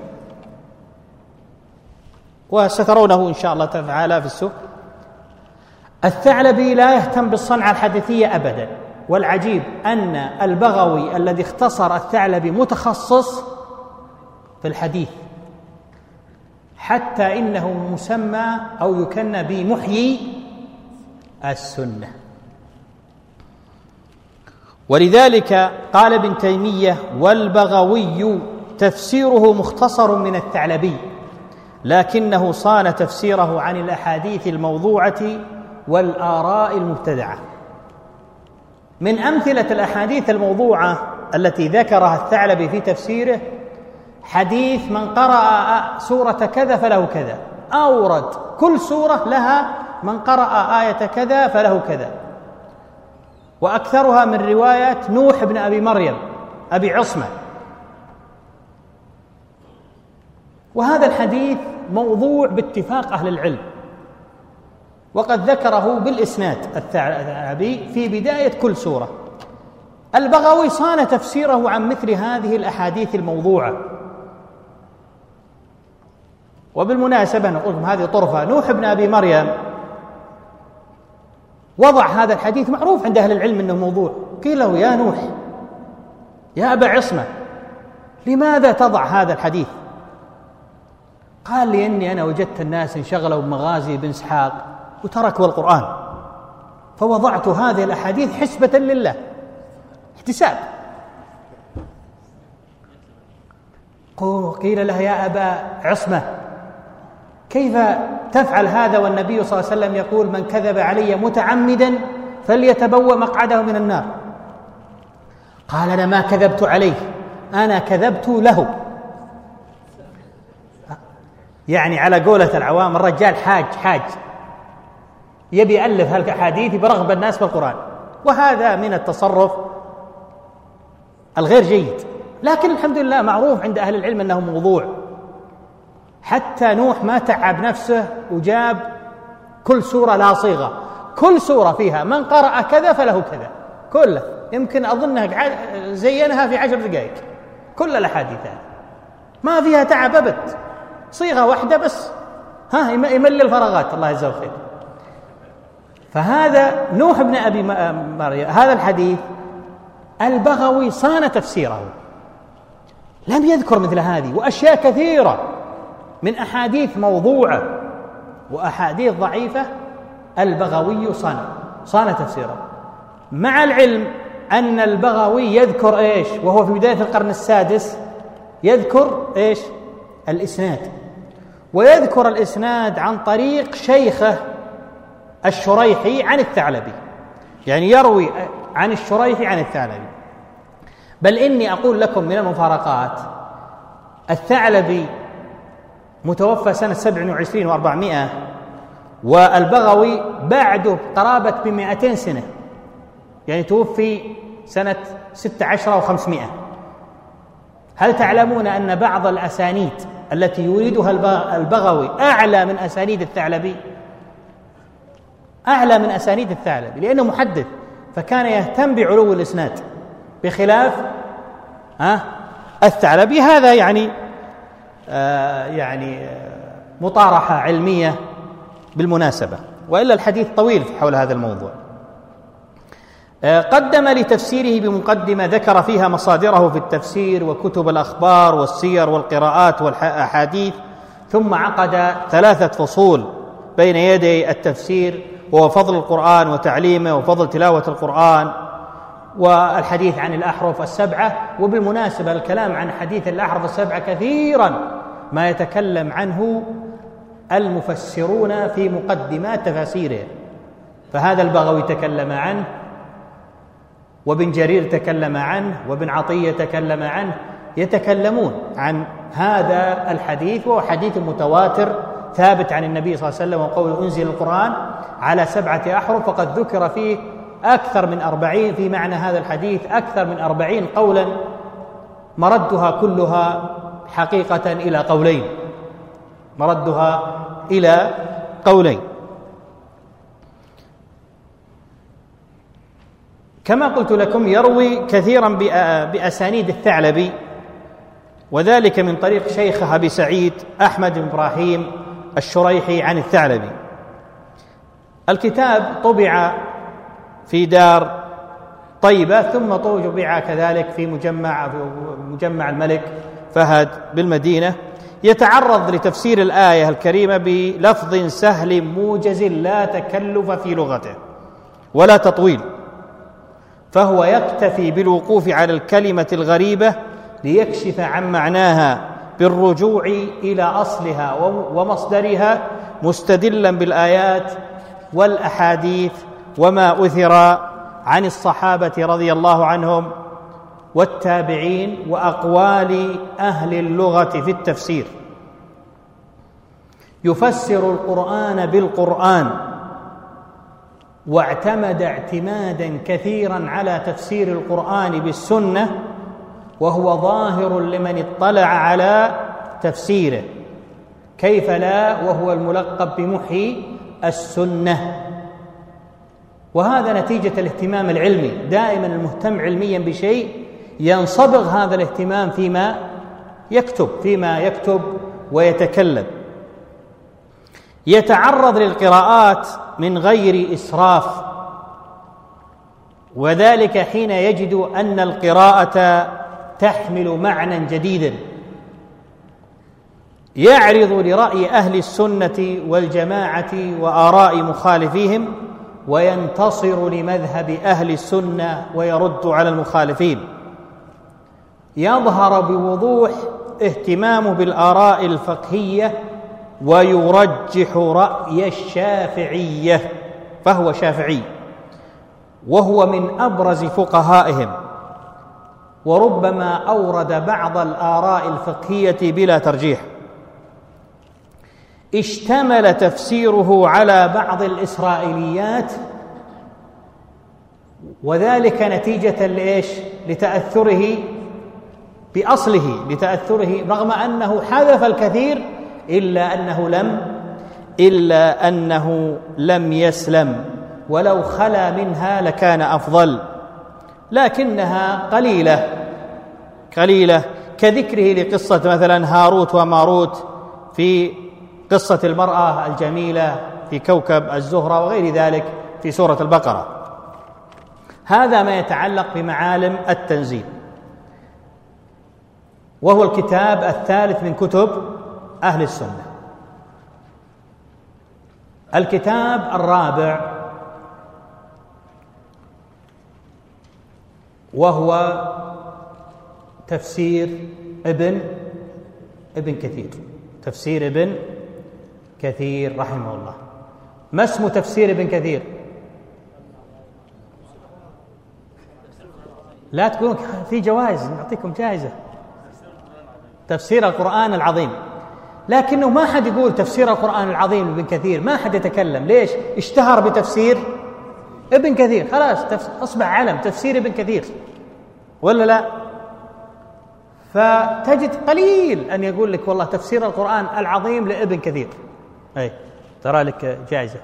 وسترونه إن شاء الله تعالى في السوق. الثعلبي لا يهتم بالصنعة الحديثية أبدا، والعجيب أن البغوي الذي اختصر الثعلبي متخصص في الحديث، حتى إنه مسمى أو يكنى بمحيي السنة. ولذلك قال ابن تيمية: والبغوي تفسيره مختصر من الثعلبي، لكنه صان تفسيره عن الأحاديث الموضوعة والآراء المبتدعة. من أمثلة الأحاديث الموضوعة التي ذكرها الثعلبي في تفسيره حديث من قرأ سورة كذا فله كذا، أورد كل سورة لها من قرأ آية كذا فله كذا، وأكثرها من رواية نوح بن أبي مريم أبي عصمة. وهذا الحديث موضوع باتفاق أهل العلم، وقد ذكره بالإسناد الثعلبي في بداية كل سورة. البغوي صان تفسيره عن مثل هذه الأحاديث الموضوعة. وبالمناسبة نقول هذه طرفة، نوح بن أبي مريم وضع هذا الحديث، معروف عند أهل العلم أنه موضوع. قيل له: يا نوح، يا أبا عصمة، لماذا تضع هذا الحديث؟ قال: لأني أنا وجدت الناس انشغلوا بمغازي بن إسحاق وتركوا القرآن، فوضعت هذه الأحاديث حسبة لله، احتساب. قيل له: يا أبا عصمة، كيف تفعل هذا والنبي صلى الله عليه وسلم يقول: من كذب علي متعمدا فليتبوأ مقعده من النار؟ قال: أنا ما كذبت عليه، أنا كذبت له. يعني على قولة العوام الرجال حاج حاج يبي يألف هالأحاديث برغب الناس بالقرآن، وهذا من التصرف الغير جيد. لكن الحمد لله معروف عند أهل العلم أنه موضوع. حتى نوح ما تعب نفسه وجاب كل سورة لا صيغة، كل سورة فيها من قرأ كذا فله كذا، كله يمكن أظنها زينها في عشر دقائق، كل الأحاديث ما فيها تعب أبد، صيغة واحدة بس، ها يملي الفراغات، الله يجزاه خير. فهذا نوح بن أبي مريم، هذا الحديث البغوي صان تفسيره، لم يذكر مثل هذه وأشياء كثيرة من أحاديث موضوعة وأحاديث ضعيفة، البغوي صان صان تفسيره، مع العلم أن البغوي يذكر إيش وهو في بداية القرن السادس؟ يذكر إيش؟ الإسناد، ويذكر الإسناد عن طريق شيخه الشريحي عن الثعلبي، يعني يروي عن الشريحي عن الثعلبي. بل إني أقول لكم من المفارقات، الثعلبي متوفى سنة سبع وعشرين وأربعمائة، والبغوي بعده قرابة بمائتين سنة، يعني توفي سنة ستة عشر وخمسمائة. هل تعلمون أن بعض الأسانيد التي يريدها البغوي أعلى من أسانيد الثعلبي؟ أعلى من أسانيد الثعلبي، لأنه محدث فكان يهتم بعلو الإسناد بخلاف آه الثعلبي. هذا يعني آه يعني مطارحة علمية بالمناسبة، وإلا الحديث طويل حول هذا الموضوع. آه قدم لتفسيره بمقدمة ذكر فيها مصادره في التفسير وكتب الأخبار والسير والقراءات والأحاديث، ثم عقد ثلاثة فصول بين يدي التفسير، وهو فضل القرآن وتعليمه، وفضل تلاوة القرآن، والحديث عن الأحرف السبعة. وبالمناسبة الكلام عن حديث الأحرف السبعة كثيرا ما يتكلم عنه المفسرون في مقدمات تفاسيره، فهذا البغوي تكلم عنه، وابن جرير تكلم عنه، وابن عطية تكلم عنه، يتكلمون عن هذا الحديث، وهو حديث متواتر ثابت عن النبي صلى الله عليه وسلم، وقول أنزل القرآن على سبعة أحرف، فقد ذكر فيه أكثر من أربعين في معنى هذا الحديث، أكثر من أربعين قولا، مردها كلها حقيقة إلى قولين، مردها إلى قولين. كما قلت لكم يروي كثيرا بأسانيد الثعلبي، وذلك من طريق شيخه أبي سعيد أحمد بن إبراهيم الشريحي عن الثعلبي. الكتاب طبع في دار طيبة، ثم طبع كذلك في مجمع في مجمع الملك فهد بالمدينة، يتعرض لتفسير الآية الكريمة بلفظ سهل موجز لا تكلف في لغته ولا تطويل، فهو يكتفي بالوقوف على الكلمة الغريبة ليكشف عن معناها بالرجوع إلى أصلها ومصدرها، مستدلا بالآيات والأحاديث وما أثر عن الصحابة رضي الله عنهم والتابعين وأقوال أهل اللغة في التفسير. يفسر القرآن بالقرآن، واعتمد اعتمادا كثيرا على تفسير القرآن بالسنة، وهو ظاهر لمن اطلع على تفسيره، كيف لا وهو الملقب بمحيي السنة. وهذا نتيجة الاهتمام العلمي، دائما المهتم علميا بشيء ينصبغ هذا الاهتمام فيما يكتب فيما يكتب ويتكلم. يتعرض للقراءات من غير إسراف، وذلك حين يجد أن القراءة تحمل معنى جديدا، يعرض لرأي أهل السنة والجماعة وآراء مخالفيهم، وينتصر لمذهب أهل السنة ويرد على المخالفين. يظهر بوضوح اهتمامه بالآراء الفقهية، ويرجح رأي الشافعية، فهو شافعي وهو من أبرز فقهائهم، وربما أورد بعض الآراء الفقهية بلا ترجيح. اشتمل تفسيره على بعض الإسرائيليات، وذلك نتيجة لإيش؟ لتأثره بأصله، لتأثره رغم أنه حذف الكثير إلا أنه لم إلا أنه لم يسلم، ولو خلا منها لكان أفضل، لكنها قليلة قليلة كذكره لقصة مثلا هاروت وماروت في قصة المرأة الجميلة في كوكب الزهرة وغير ذلك في سورة البقرة. هذا ما يتعلق بمعالم التنزيل، وهو الكتاب الثالث من كتب أهل السنة. الكتاب الرابع وهو تفسير ابن ابن كثير تفسير ابن كثير رحمه الله. ما اسم تفسير ابن كثير؟ لا تقولون في جوائز، نعطيكم جائزة. تفسير القرآن العظيم، لكنه ما حد يقول تفسير القرآن العظيم ابن كثير، ما حد يتكلم. ليش؟ اشتهر بتفسير ابن كثير، خلاص أصبح علم تفسير ابن كثير، ولا لا؟ فتجد قليل أن يقول لك والله تفسير القرآن العظيم لابن كثير. أي ترى لك جائزة.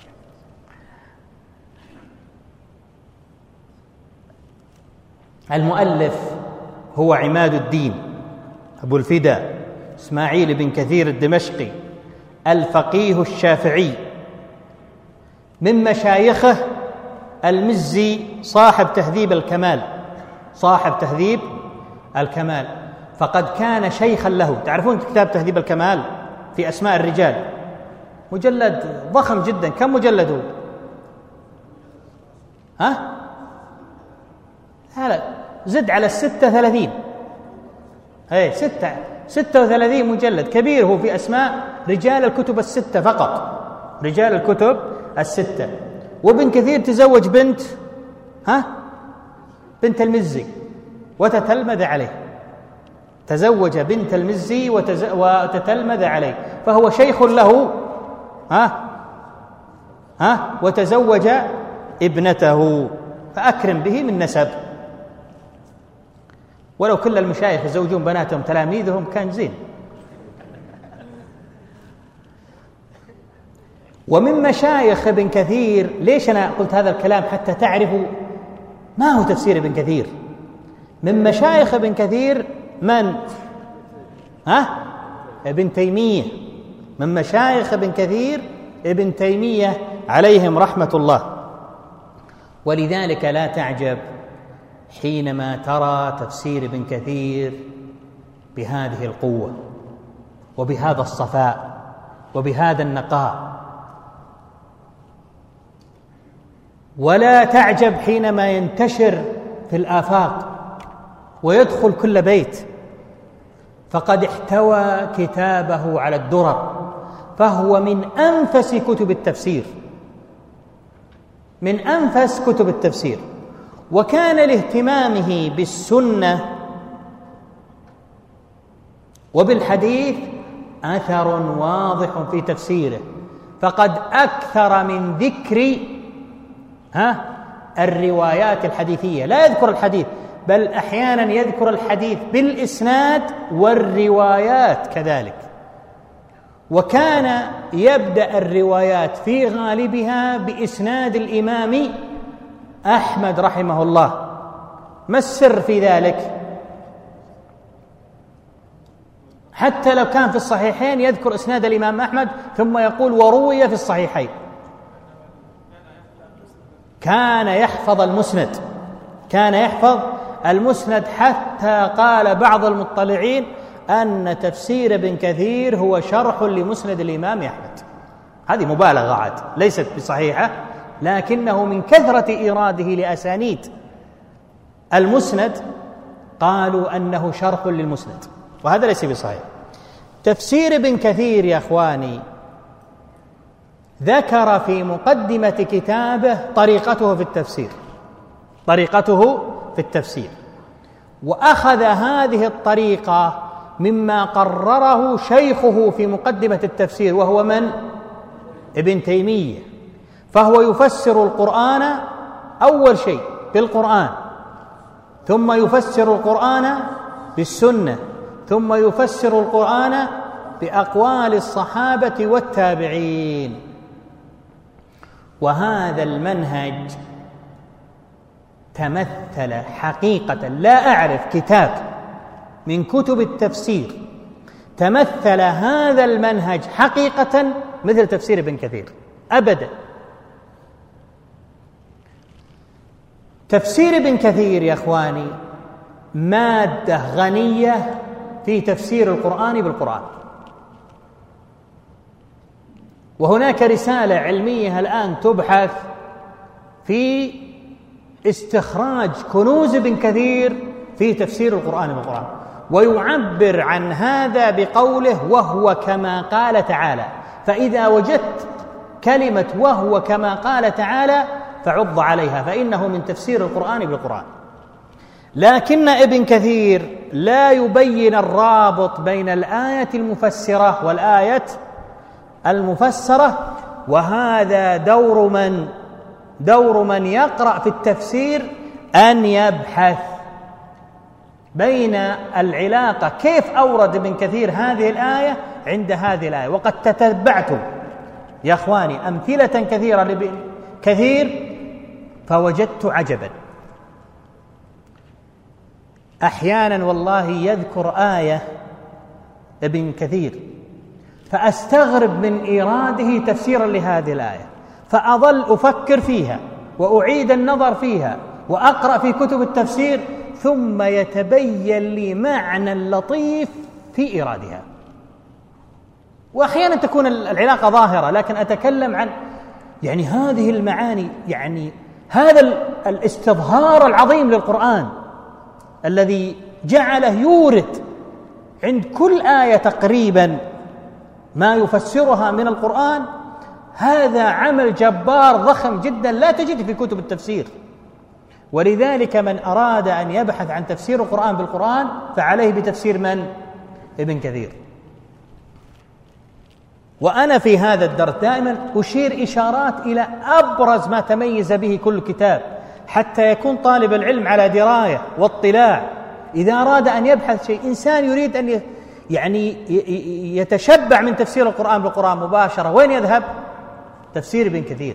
المؤلف هو عماد الدين أبو الفداء إسماعيل بن كثير الدمشقي الفقيه الشافعي، من مشايخه المزي صاحب تهذيب الكمال صاحب تهذيب الكمال فقد كان شيخا له. تعرفون كتاب تهذيب الكمال في أسماء الرجال؟ مجلد ضخم جدا. كم مجلد هو؟ ها؟ هلا زد على الستة ثلاثين. اي ستة ستة وثلاثين مجلد، كبير هو في أسماء رجال الكتب الستة فقط، رجال الكتب الستة. وابن كثير تزوج بنت ها بنت المزي وتتلمذ عليه، تزوج بنت المزي وتز... وتتلمذ عليه، فهو شيخ له ها ها وتزوج ابنته، فأكرم به من نسب. ولو كل المشايخ يزوجون بناتهم تلاميذهم كان زين. ومن مشايخ ابن كثير، ليش أنا قلت هذا الكلام؟ حتى تعرفوا ما هو تفسير ابن كثير. من مشايخ ابن كثير من؟ ها؟ ابن تيمية. من مشايخ ابن كثير ابن تيمية عليهم رحمة الله. ولذلك لا تعجب حينما ترى تفسير ابن كثير بهذه القوة وبهذا الصفاء وبهذا النقاء، ولا تعجب حينما ينتشر في الآفاق ويدخل كل بيت، فقد احتوى كتابه على الدرر، فهو من أنفس كتب التفسير، من أنفس كتب التفسير. وكان لاهتمامه بالسنة وبالحديث أثر واضح في تفسيره، فقد أكثر من ذكر ها الروايات الحديثية، لا يذكر الحديث بل أحيانا يذكر الحديث بالإسناد والروايات كذلك. وكان يبدأ الروايات في غالبها بإسناد الإمام أحمد رحمه الله. ما السر في ذلك؟ حتى لو كان في الصحيحين يذكر إسناد الإمام أحمد ثم يقول وروي في الصحيحين. كان يحفظ المسند، كان يحفظ المسند، حتى قال بعض المطلعين أن تفسير ابن كثير هو شرح لمسند الإمام أحمد. هذه مبالغة عاد، ليست بصحيحة، لكنه من كثرة إيراده لأسانيد المسند قالوا أنه شرح للمسند، وهذا ليس بصحيح. تفسير ابن كثير يا أخواني ذكر في مقدمة كتابه طريقته في التفسير، طريقته في التفسير، وأخذ هذه الطريقة مما قرره شيخه في مقدمة التفسير، وهو من؟ ابن تيمية. فهو يفسر القرآن أول شيء بالقرآن، ثم يفسر القرآن بالسنة، ثم يفسر القرآن بأقوال الصحابة والتابعين. وهذا المنهج تمثل حقيقة، لا أعرف كتاب من كتب التفسير تمثل هذا المنهج حقيقة مثل تفسير ابن كثير أبدا. تفسير ابن كثير يا أخواني مادة غنية في تفسير القرآن بالقرآن. وهناك رسالة علمية الآن تبحث في استخراج كنوز ابن كثير في تفسير القرآن بالقرآن، ويعبر عن هذا بقوله وهو كما قال تعالى. فإذا وجدت كلمة وهو كما قال تعالى فعض عليها، فإنه من تفسير القرآن بالقرآن. لكن ابن كثير لا يبين الرابط بين الآية المفسرة والآية المفسرة، وهذا دور من دور من يقرأ في التفسير أن يبحث بين العلاقة، كيف أورد ابن كثير هذه الآية عند هذه الآية. وقد تتبعت يا أخواني أمثلة كثيرة لابن كثير فوجدت عجبا. أحيانا والله يذكر آية ابن كثير فأستغرب من إيراده تفسيرا لهذه الآية، فأظل أفكر فيها وأعيد النظر فيها وأقرأ في كتب التفسير، ثم يتبين لي معنى لطيف في إيرادها. وأحيانا تكون العلاقة ظاهرة، لكن أتكلم عن يعني هذه المعاني، يعني هذا الاستظهار العظيم للقرآن الذي جعله يورد عند كل آية تقريبا ما يفسرها من القرآن. هذا عمل جبار ضخم جدا لا تجد في كتب التفسير. ولذلك من أراد أن يبحث عن تفسير القرآن بالقرآن فعليه بتفسير من؟ ابن كثير. وأنا في هذا الدرس دائما أشير إشارات إلى أبرز ما تميز به كل كتاب، حتى يكون طالب العلم على دراية واطلاع. إذا أراد أن يبحث شيء، إنسان يريد أن يعني يتشبع من تفسير القرآن بالقرآن مباشرة، وين يذهب؟ تفسير ابن كثير،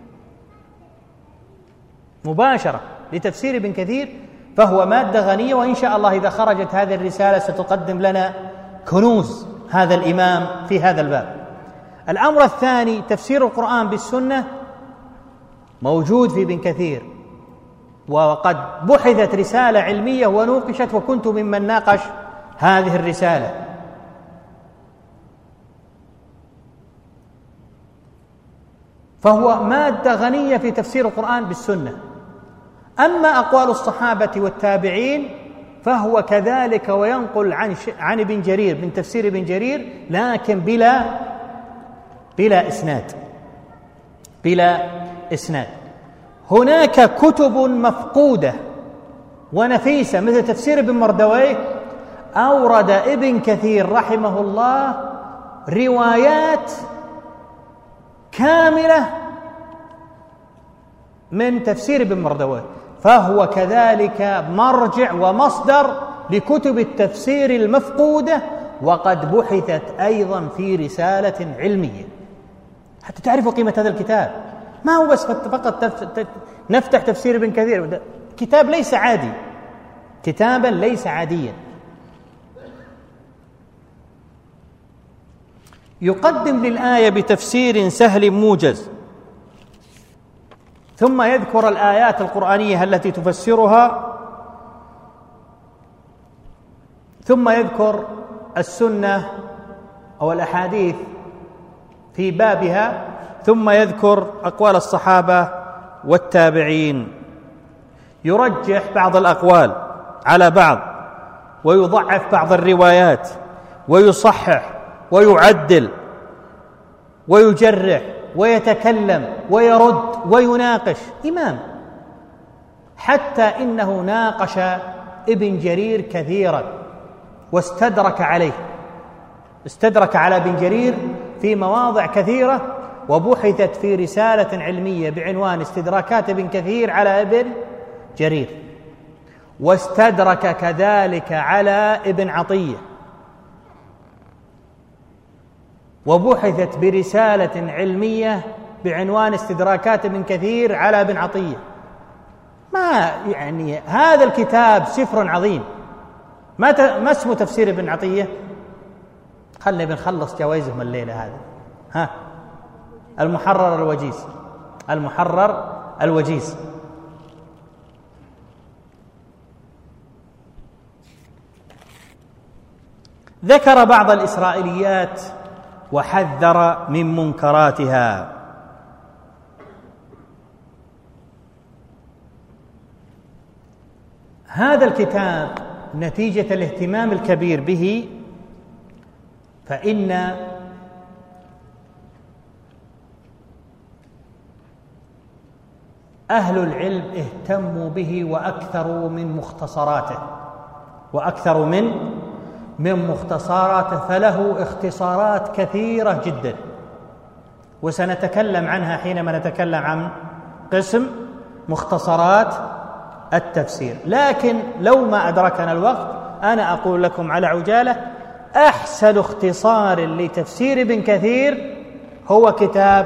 مباشرة لتفسير ابن كثير، فهو مادة غنية. وإن شاء الله إذا خرجت هذه الرسالة ستقدم لنا كنوز هذا الإمام في هذا الباب. الأمر الثاني تفسير القرآن بالسنة موجود في ابن كثير، وقد بحثت رسالة علمية ونوقشت، وكنت ممن ناقش هذه الرسالة. فهو مادة غنية في تفسير القرآن بالسنة. أما أقوال الصحابة والتابعين فهو كذلك، وينقل عن عن ابن جرير من تفسير ابن جرير، لكن بلا بلا إسناد بلا إسناد. هناك كتب مفقودة ونفيسة مثل تفسير ابن مردويه، أورد ابن كثير رحمه الله روايات كاملة من تفسير ابن مردويه، فهو كذلك مرجع ومصدر لكتب التفسير المفقودة، وقد بحثت أيضا في رسالة علمية حتى تعرفوا قيمة هذا الكتاب. ما هو بس فقط نفتح تفسير ابن كثير، كتاب ليس عادي، كتابا ليس عاديا. يقدم للآية بتفسير سهل موجز، ثم يذكر الآيات القرآنية التي تفسرها، ثم يذكر السنة أو الأحاديث في بابها، ثم يذكر أقوال الصحابة والتابعين، يرجح بعض الأقوال على بعض، ويضعف بعض الروايات، ويصحح ويعدل ويجرح ويتكلم ويرد ويناقش. إمام، حتى إنه ناقش ابن جرير كثيرا واستدرك عليه، استدرك على ابن جرير في مواضع كثيرة، وبحثت في رسالة علمية بعنوان استدراكات ابن كثير على ابن جرير. واستدرك كذلك على ابن عطية، وبحثت برسالة علمية بعنوان استدراكات ابن كثير على ابن عطية. ما يعني هذا الكتاب سفر عظيم. ما ما اسمه تفسير ابن عطية؟ خلنا بنخلص جوائزهم الليلة هذا. ها، المحرر الوجيز، المحرر الوجيز. ذكر بعض الإسرائيليات وحذر من منكراتها. هذا الكتاب نتيجة الاهتمام الكبير به، فإن أهل العلم اهتموا به وأكثروا من مختصراته وأكثروا من من مختصراته فله اختصارات كثيرة جدا، وسنتكلم عنها حينما نتكلم عن قسم مختصرات التفسير. لكن لو ما أدركنا الوقت أنا أقول لكم على عجالة أحسن اختصار لتفسير ابن كثير هو كتاب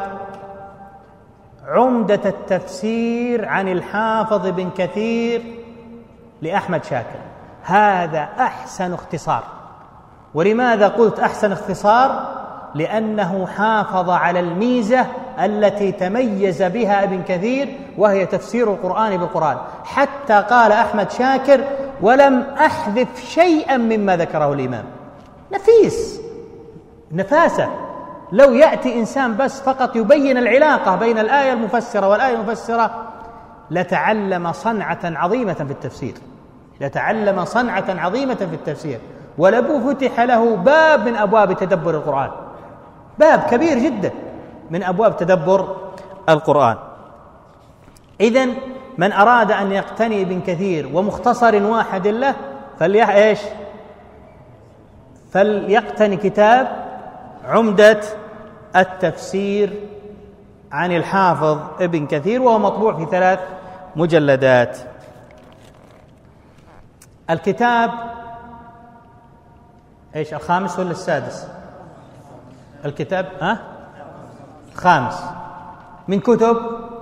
عمدة التفسير عن الحافظ ابن كثير لأحمد شاكر. هذا أحسن اختصار. ولماذا قلت أحسن اختصار؟ لأنه حافظ على الميزة التي تميز بها ابن كثير، وهي تفسير القرآن بالقرآن. حتى قال أحمد شاكر: ولم أحذف شيئا مما ذكره الإمام. نفيس، نفاسة. لو يأتي إنسان بس فقط يبين العلاقة بين الآية المفسرة والآية المفسرة لتعلم صنعة عظيمة في التفسير، لتعلم صنعة عظيمة في التفسير، ولبو فتح له باب من أبواب تدبر القرآن، باب كبير جدا من أبواب تدبر القرآن. إذن من أراد أن يقتني ابن كثير ومختصر واحد له فليح إيش فليقتني كتاب عمدة التفسير عن الحافظ ابن كثير، وهو مطبوع في ثلاث مجلدات. الكتاب ايش، الخامس ولا السادس؟ الكتاب ها خامس من كتب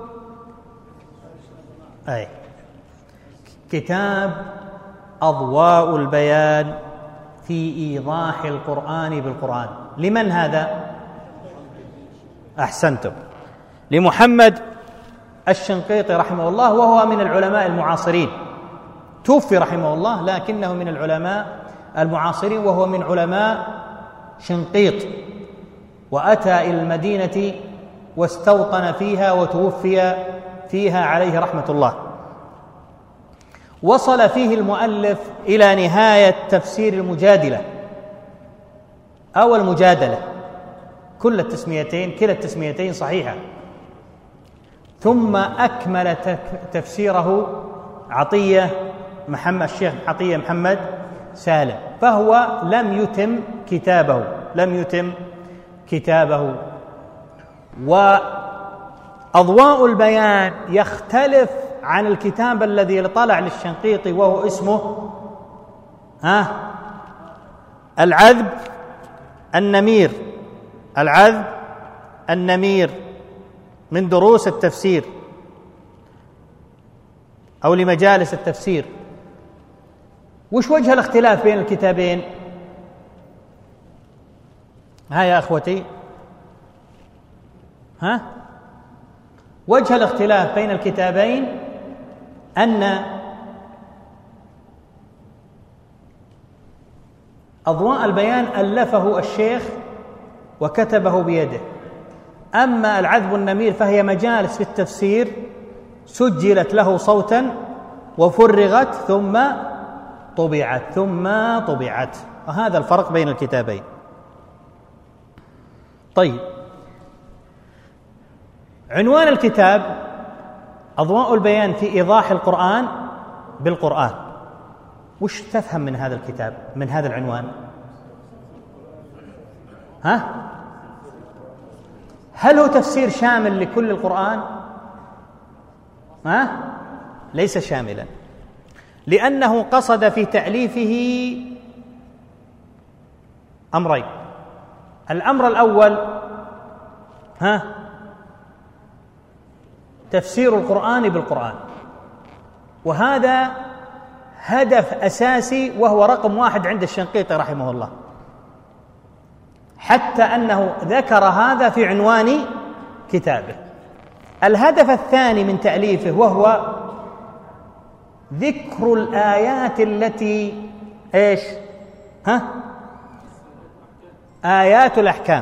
أي كتاب أضواء البيان في إيضاح القرآن بالقرآن. لمن هذا؟ أحسنتم، لمحمد الشنقيطي رحمه الله، وهو من العلماء المعاصرين، توفي رحمه الله لكنه من العلماء المعاصرين، وهو من علماء شنقيط، وأتى إلى المدينة واستوطن فيها وتوفي فيها عليه رحمة الله. وصل فيه المؤلف إلى نهاية تفسير المجادلة أو المجادلة، كل التسميتين كلا التسميتين صحيحة، ثم أكمل تفسيره عطية محمد الشيخ عطية محمد سالم، فهو لم يتم كتابه لم يتم كتابه وأضواء البيان يختلف عن الكتاب الذي طلع للشنقيطي، وهو اسمه ها العذب النمير العذب النمير من دروس التفسير أو لمجالس التفسير. وش وجه الاختلاف بين الكتابين؟ ها يا أخوتي، ها وجه الاختلاف بين الكتابين أن أضواء البيان ألفه الشيخ وكتبه بيده، أما العذب النمير فهي مجالس في التفسير سجلت له صوتا وفرغت ثم طبعت ثم طبعت وهذا الفرق بين الكتابين. طيب، عنوان الكتاب أضواء البيان في إيضاح القرآن بالقرآن. وش تفهم من هذا الكتاب، من هذا العنوان؟ ها؟ هل هو تفسير شامل لكل القرآن؟ ها؟ ليس شاملا، لأنه قصد في تأليفه أمرين. الأمر الأول ها تفسير القرآن بالقرآن، وهذا هدف أساسي وهو رقم واحد عند الشنقيطي رحمه الله، حتى أنه ذكر هذا في عنوان كتابه. الهدف الثاني من تأليفه وهو ذكر الآيات التي إيش ها آيات الأحكام،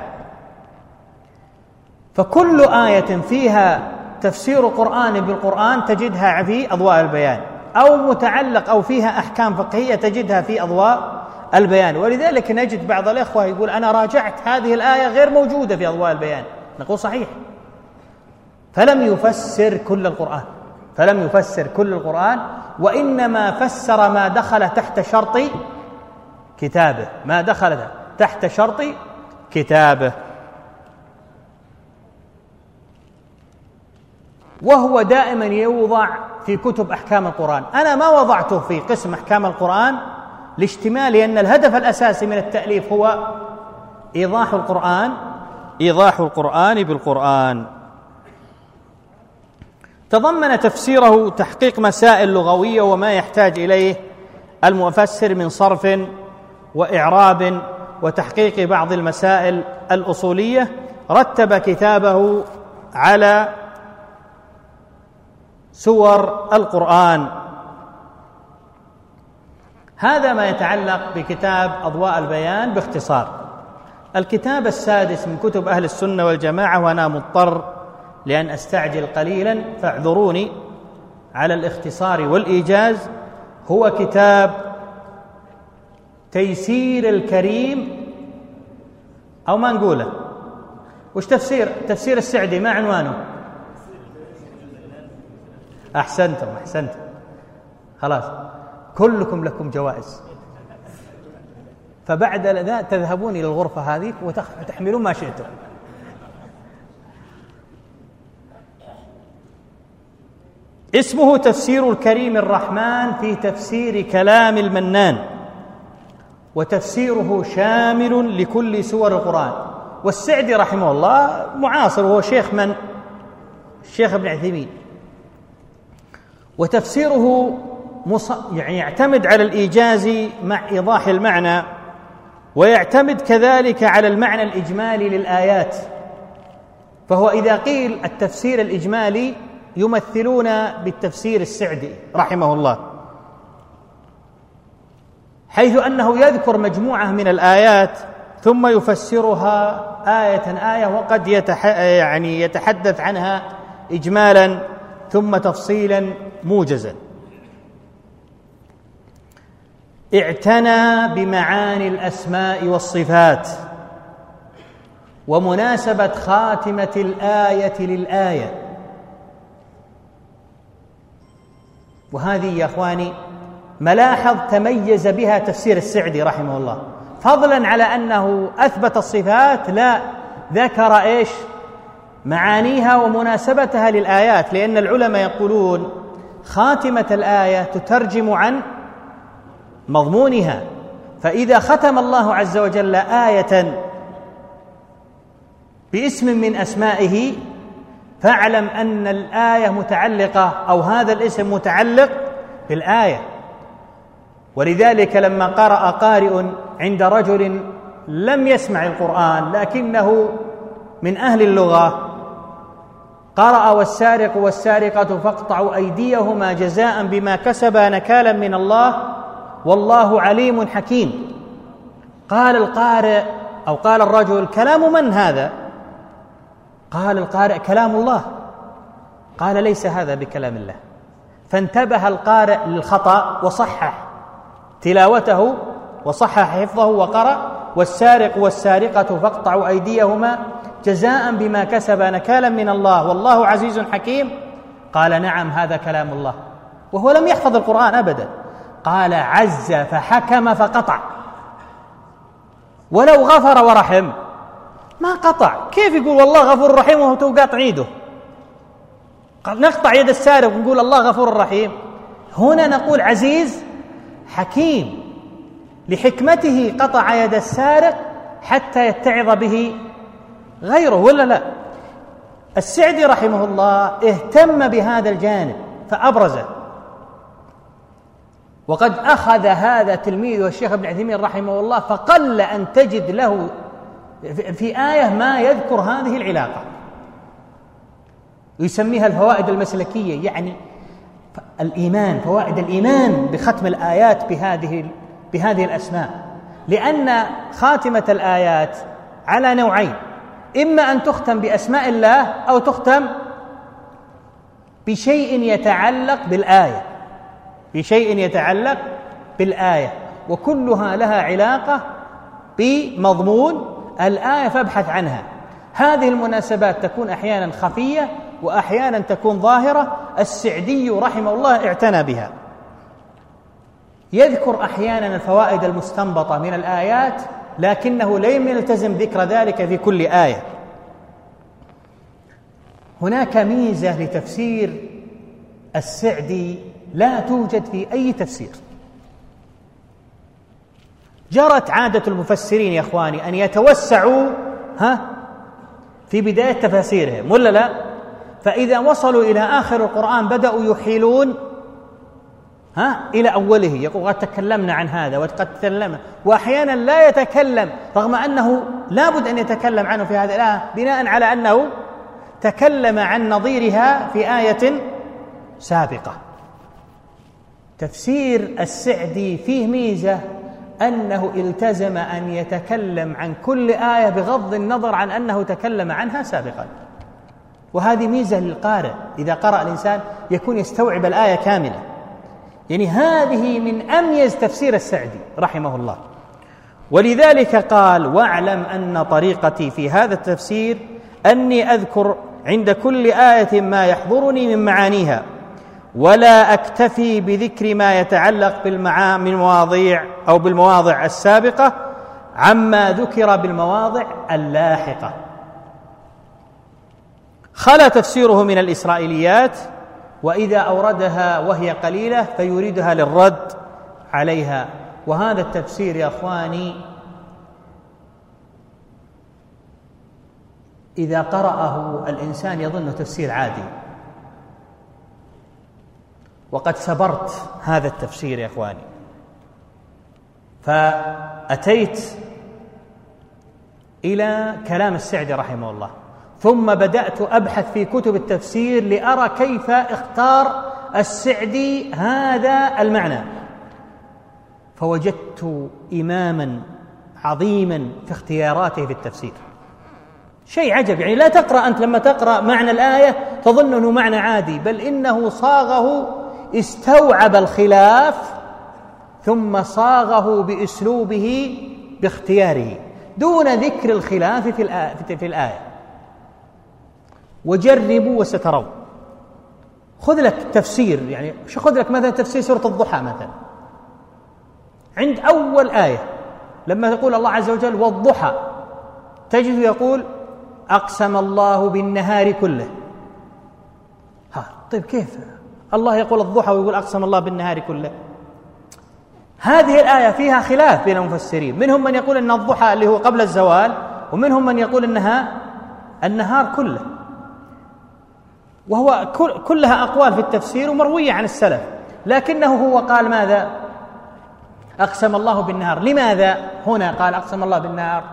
فكل آية فيها تفسير قرآن بالقرآن تجدها في أضواء البيان، أو متعلق أو فيها أحكام فقهية تجدها في أضواء البيان. ولذلك نجد بعض الإخوة يقول أنا راجعت هذه الآية غير موجودة في أضواء البيان، نقول صحيح، فلم يفسر كل القرآن فلم يفسر كل القرآن وإنما فسر ما دخل تحت شرط كتابه ما دخل تحت شرط كتابه وهو دائما يوضع في كتب أحكام القرآن. أنا ما وضعته في قسم أحكام القرآن لاشتمال، لأن الهدف الأساسي من التأليف هو إيضاح القرآن إيضاح القرآن بالقرآن. تضمن تفسيره تحقيق مسائل لغوية وما يحتاج إليه المفسر من صرف وإعراب وتحقيق بعض المسائل الأصولية. رتب كتابه على سور القرآن. هذا ما يتعلق بكتاب أضواء البيان باختصار. الكتاب السادس من كتب أهل السنة والجماعة، وأنا مضطر لأن أستعجل قليلا فاعذروني على الاختصار والإيجاز، هو كتاب تيسير الكريم، أو ما نقوله وش تفسير تفسير السعدي، ما عنوانه؟ أحسنتم أحسنتم خلاص كلكم لكم جوائز، فبعد ذا تذهبون إلى الغرفة هذه وتحملون ما شئتم. اسمه تفسير الكريم الرحمن في تفسير كلام المنان، وتفسيره شامل لكل سور القرآن. والسعدي رحمه الله معاصر، وهو شيخ من؟ الشيخ ابن عثيمين، وتفسيره يعني يعتمد على الإيجاز مع إيضاح المعنى، ويعتمد كذلك على المعنى الإجمالي للآيات. فهو إذا قيل التفسير الإجمالي يمثلون بالتفسير السعدي رحمه الله، حيث أنه يذكر مجموعة من الآيات ثم يفسرها آية آية، وقد يتح... يعني يتحدث عنها إجمالا ثم تفصيلا موجزا. اعتنى بمعاني الأسماء والصفات ومناسبة خاتمة الآية للآية. وهذه يا أخواني ملاحظ تميز بها تفسير السعدي رحمه الله، فضلا على أنه أثبت الصفات لا ذكر إيش معانيها ومناسبتها للآيات، لأن العلماء يقولون خاتمة الآية تترجم عن مضمونها، فإذا ختم الله عز وجل آية باسم من أسمائه فاعلم أن الآية متعلقة أو هذا الاسم متعلق بالآية. ولذلك لما قرأ قارئ عند رجل لم يسمع القرآن لكنه من أهل اللغة، قرأ والسارق والسارقة فاقطعوا أيديهما جزاء بما كسبا نكالا من الله والله عليم حكيم، قال القارئ أو قال الرجل كلام من هذا؟ قال القارئ كلام الله. قال ليس هذا بكلام الله، فانتبه القارئ للخطأ وصحح تلاوته وصحح حفظه وقرأ والسارق والسارقة فاقطعوا أيديهما جزاء بما كسبا نكالا من الله والله عزيز حكيم. قال نعم هذا كلام الله، وهو لم يحفظ القرآن أبدا. قال عز فحكم فقطع، ولو غفر ورحم ما قطع. كيف يقول والله غفور رحيم وهو توقاط عيده؟ قال نقطع يد السارق ونقول الله غفور رحيم؟ هنا نقول عزيز حكيم، لحكمته قطع يد السارق حتى يتعظ به غيره، ولا لا؟ السعدي رحمه الله اهتم بهذا الجانب فأبرزه، وقد أخذ هذا تلميذه الشيخ ابن عثيمين رحمه الله، فقل أن تجد له في آية ما يذكر هذه العلاقة، ويسميها الفوائد المسلكية، يعني الإيمان، فوائد الإيمان بختم الآيات بهذه بهذه الأسماء، لأن خاتمة الآيات على نوعين: إما أن تختم بأسماء الله أو تختم بشيء يتعلق بالآية، بشيء يتعلق بالآية، وكلها لها علاقة بمضمون الآية فابحث عنها. هذه المناسبات تكون أحيانا خفية وأحيانا تكون ظاهرة. السعدي رحمه الله اعتنى بها، يذكر أحيانا الفوائد المستنبطة من الآيات لكنه لم يلتزم ذكر ذلك في كل آية. هناك ميزة لتفسير السعدي لا توجد في أي تفسير. جرت عادة المفسرين يا إخواني أن يتوسعوا ها في بداية تفاسيرهم، ولا لا؟ فإذا وصلوا إلى آخر القرآن بدأوا يحيلون ها إلى أوله، يقول قد تكلمنا عن هذا وقد تكلمنا، وأحيانا لا يتكلم رغم أنه لابد أن يتكلم عنه في هذه الآية بناء على أنه تكلم عن نظيرها في آية سابقة. تفسير السعدي فيه ميزة أنه التزم أن يتكلم عن كل آية بغض النظر عن أنه تكلم عنها سابقا، وهذه ميزة للقارئ إذا قرأ الإنسان يكون يستوعب الآية كاملة. يعني هذه من أميز تفسير السعدي رحمه الله. ولذلك قال: واعلم أن طريقتي في هذا التفسير أني أذكر عند كل آية ما يحضرني من معانيها، ولا أكتفي بذكر ما يتعلق بالمواضيع أو بالمواضع السابقة عما ذكر بالمواضع اللاحقة. خلا تفسيره من الإسرائيليات، وإذا أوردها وهي قليلة فيريدها للرد عليها. وهذا التفسير يا أخواني إذا قرأه الإنسان يظن تفسير عادي، وقد سبرت هذا التفسير يا إخواني، فأتيت إلى كلام السعدي رحمه الله، ثم بدأت أبحث في كتب التفسير لأرى كيف اختار السعدي هذا المعنى، فوجدت إماماً عظيماً في اختياراته في التفسير. شيء عجب، يعني لا تقرأ أنت لما تقرأ معنى الآية تظن أنه معنى عادي، بل إنه صاغه، استوعب الخلاف ثم صاغه بأسلوبه باختياره دون ذكر الخلاف في الآية, في الآية. وجربوا وسترون. خذ لك تفسير، يعني خذ لك مثلا تفسير سورة الضحى مثلا، عند أول آية لما يقول الله عز وجل والضحى، تجد يقول أقسم الله بالنهار كله. ها طيب كيف الله يقول الضحى ويقول أقسم الله بالنهار كله؟ هذه الآية فيها خلاف بين المفسرين، منهم من يقول أن الضحى اللي هو قبل الزوال، ومنهم من يقول أنها النهار كله، وهو كلها أقوال في التفسير ومروية عن السلف، لكنه هو قال ماذا؟ أقسم الله بالنهار. لماذا هنا قال أقسم الله بالنهار؟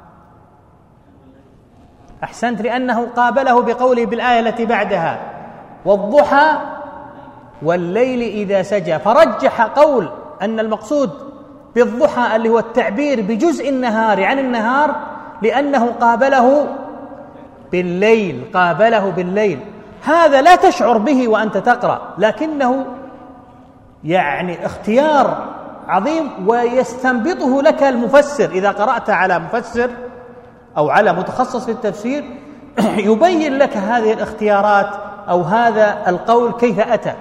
أحسنت، لأنه قابله بقوله بالآية التي بعدها والضحى والليل إذا سجى، فرجح قول أن المقصود بالضحى اللي هو التعبير بجزء النهار عن النهار، لأنه قابله بالليل، قابله بالليل. هذا لا تشعر به وأنت تقرأ، لكنه يعني اختيار عظيم، ويستنبطه لك المفسر إذا قرأت على مفسر أو على متخصص في التفسير يبين لك هذه الاختيارات أو هذا القول كيف أتى.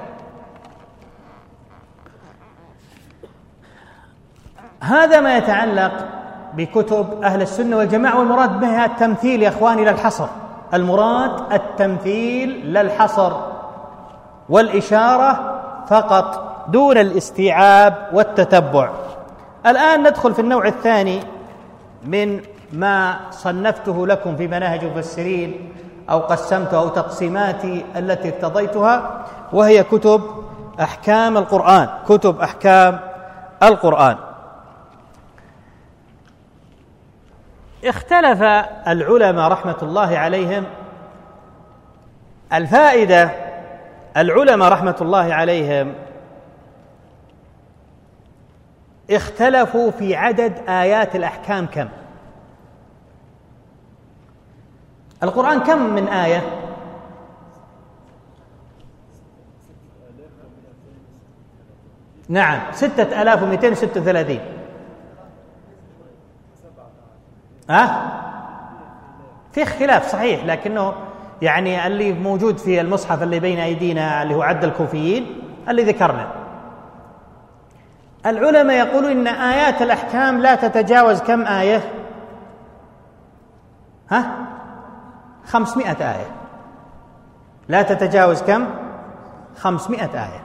هذا ما يتعلق بكتب أهل السنة والجماعة، والمراد بها التمثيل يا أخواني لا الحصر، المراد التمثيل لا الحصر والإشارة فقط دون الاستيعاب والتتبع. الآن ندخل في النوع الثاني من ما صنفته لكم في مناهج المفسرين أو قسمته أو تقسيماتي التي ارتضيتها، وهي كتب أحكام القرآن. كتب أحكام القرآن. اختلف العلماء رحمة الله عليهم. الفائدة، العلماء رحمة الله عليهم اختلفوا في عدد آيات الأحكام. كم القرآن كم من آية؟ نعم ستة آلاف ومئتين وستة وثلاثين. ها في اختلاف صحيح، لكنه يعني اللي موجود في المصحف اللي بين أيدينا اللي هو عد الكوفيين اللي ذكرنا. العلماء يقولون إن آيات الأحكام لا تتجاوز كم آية؟ ها خمسمائة آية، لا تتجاوز كم؟ خمسمائة آية.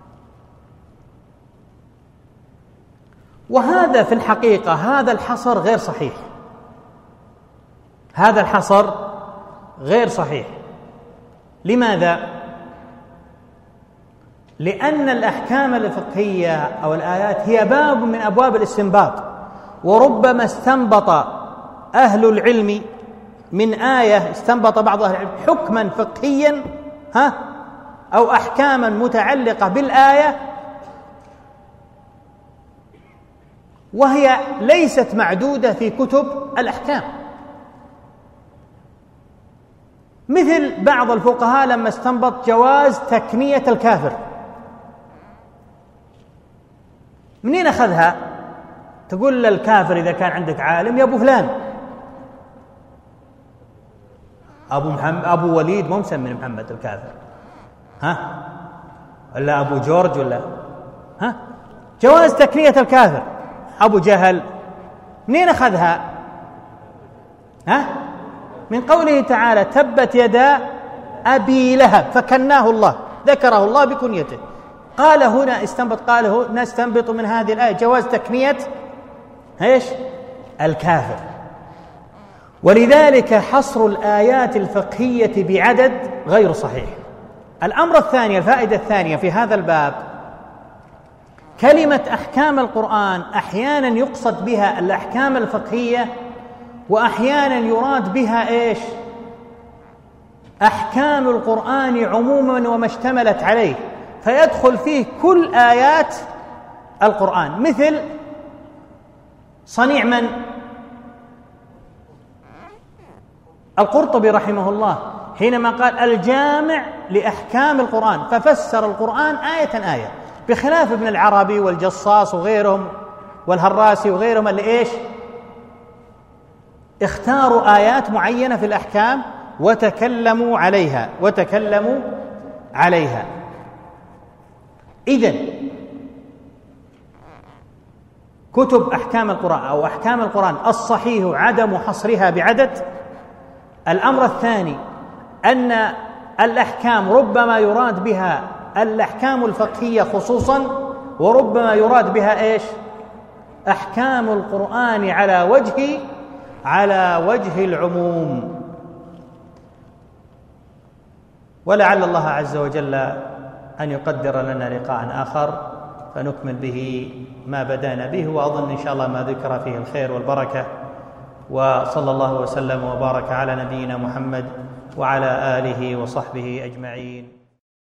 وهذا في الحقيقة هذا الحصر غير صحيح، هذا الحصر غير صحيح. لماذا؟ لأن الأحكام الفقهية أو الآيات هي باب من أبواب الاستنباط، وربما استنبط أهل العلم من آية، استنبط بعض أهل العلم حكما فقهيا ها أو أحكاما متعلقة بالآية وهي ليست معدودة في كتب الأحكام، مثل بعض الفقهاء لما استنبط جواز تكنية الكافر. منين أخذها؟ تقول للكافر إذا كان عندك عالم يا أبو فلان، أبو محمد أبو وليد مو مسمي محمد الكافر، ها ولا أبو جورج ولا ها جواز تكنية الكافر أبو جهل. منين أخذها؟ ها من قوله تعالى تبت يدا أبي لهب فكناه الله، ذكره الله بكنيته. قال هنا استنبط، قال هنا نستنبط من هذه الآية جواز تكنية ايش؟ الكافر. ولذلك حصر الآيات الفقهية بعدد غير صحيح. الأمر الثاني، الفائدة الثانية في هذا الباب، كلمة أحكام القرآن أحيانا يقصد بها الأحكام الفقهية، وأحيانا يراد بها إيش؟ أحكام القرآن عموما وما اشتملت عليه، فيدخل فيه كل آيات القرآن. مثل صنيع من؟ القرطبي رحمه الله حينما قال الجامع لأحكام القرآن، ففسر القرآن آية آية، بخلاف ابن العربي والجصاص وغيرهم والهراسي وغيرهم اللي إيش؟ اختاروا آيات معينة في الأحكام وتكلموا عليها وتكلموا عليها. إذن كتب أحكام القرآن أو أحكام القرآن الصحيح عدم حصرها بعدد. الأمر الثاني أن الأحكام ربما يراد بها الأحكام الفقهية خصوصا، وربما يراد بها إيش؟ أحكام القرآن على وجه على وجه العموم. ولعل الله عز وجل أن يقدر لنا لقاء آخر فنكمل به ما بدأنا به، وأظن إن شاء الله ما ذكر فيه الخير والبركة. وصلى الله وسلم وبارك على نبينا محمد وعلى آله وصحبه أجمعين.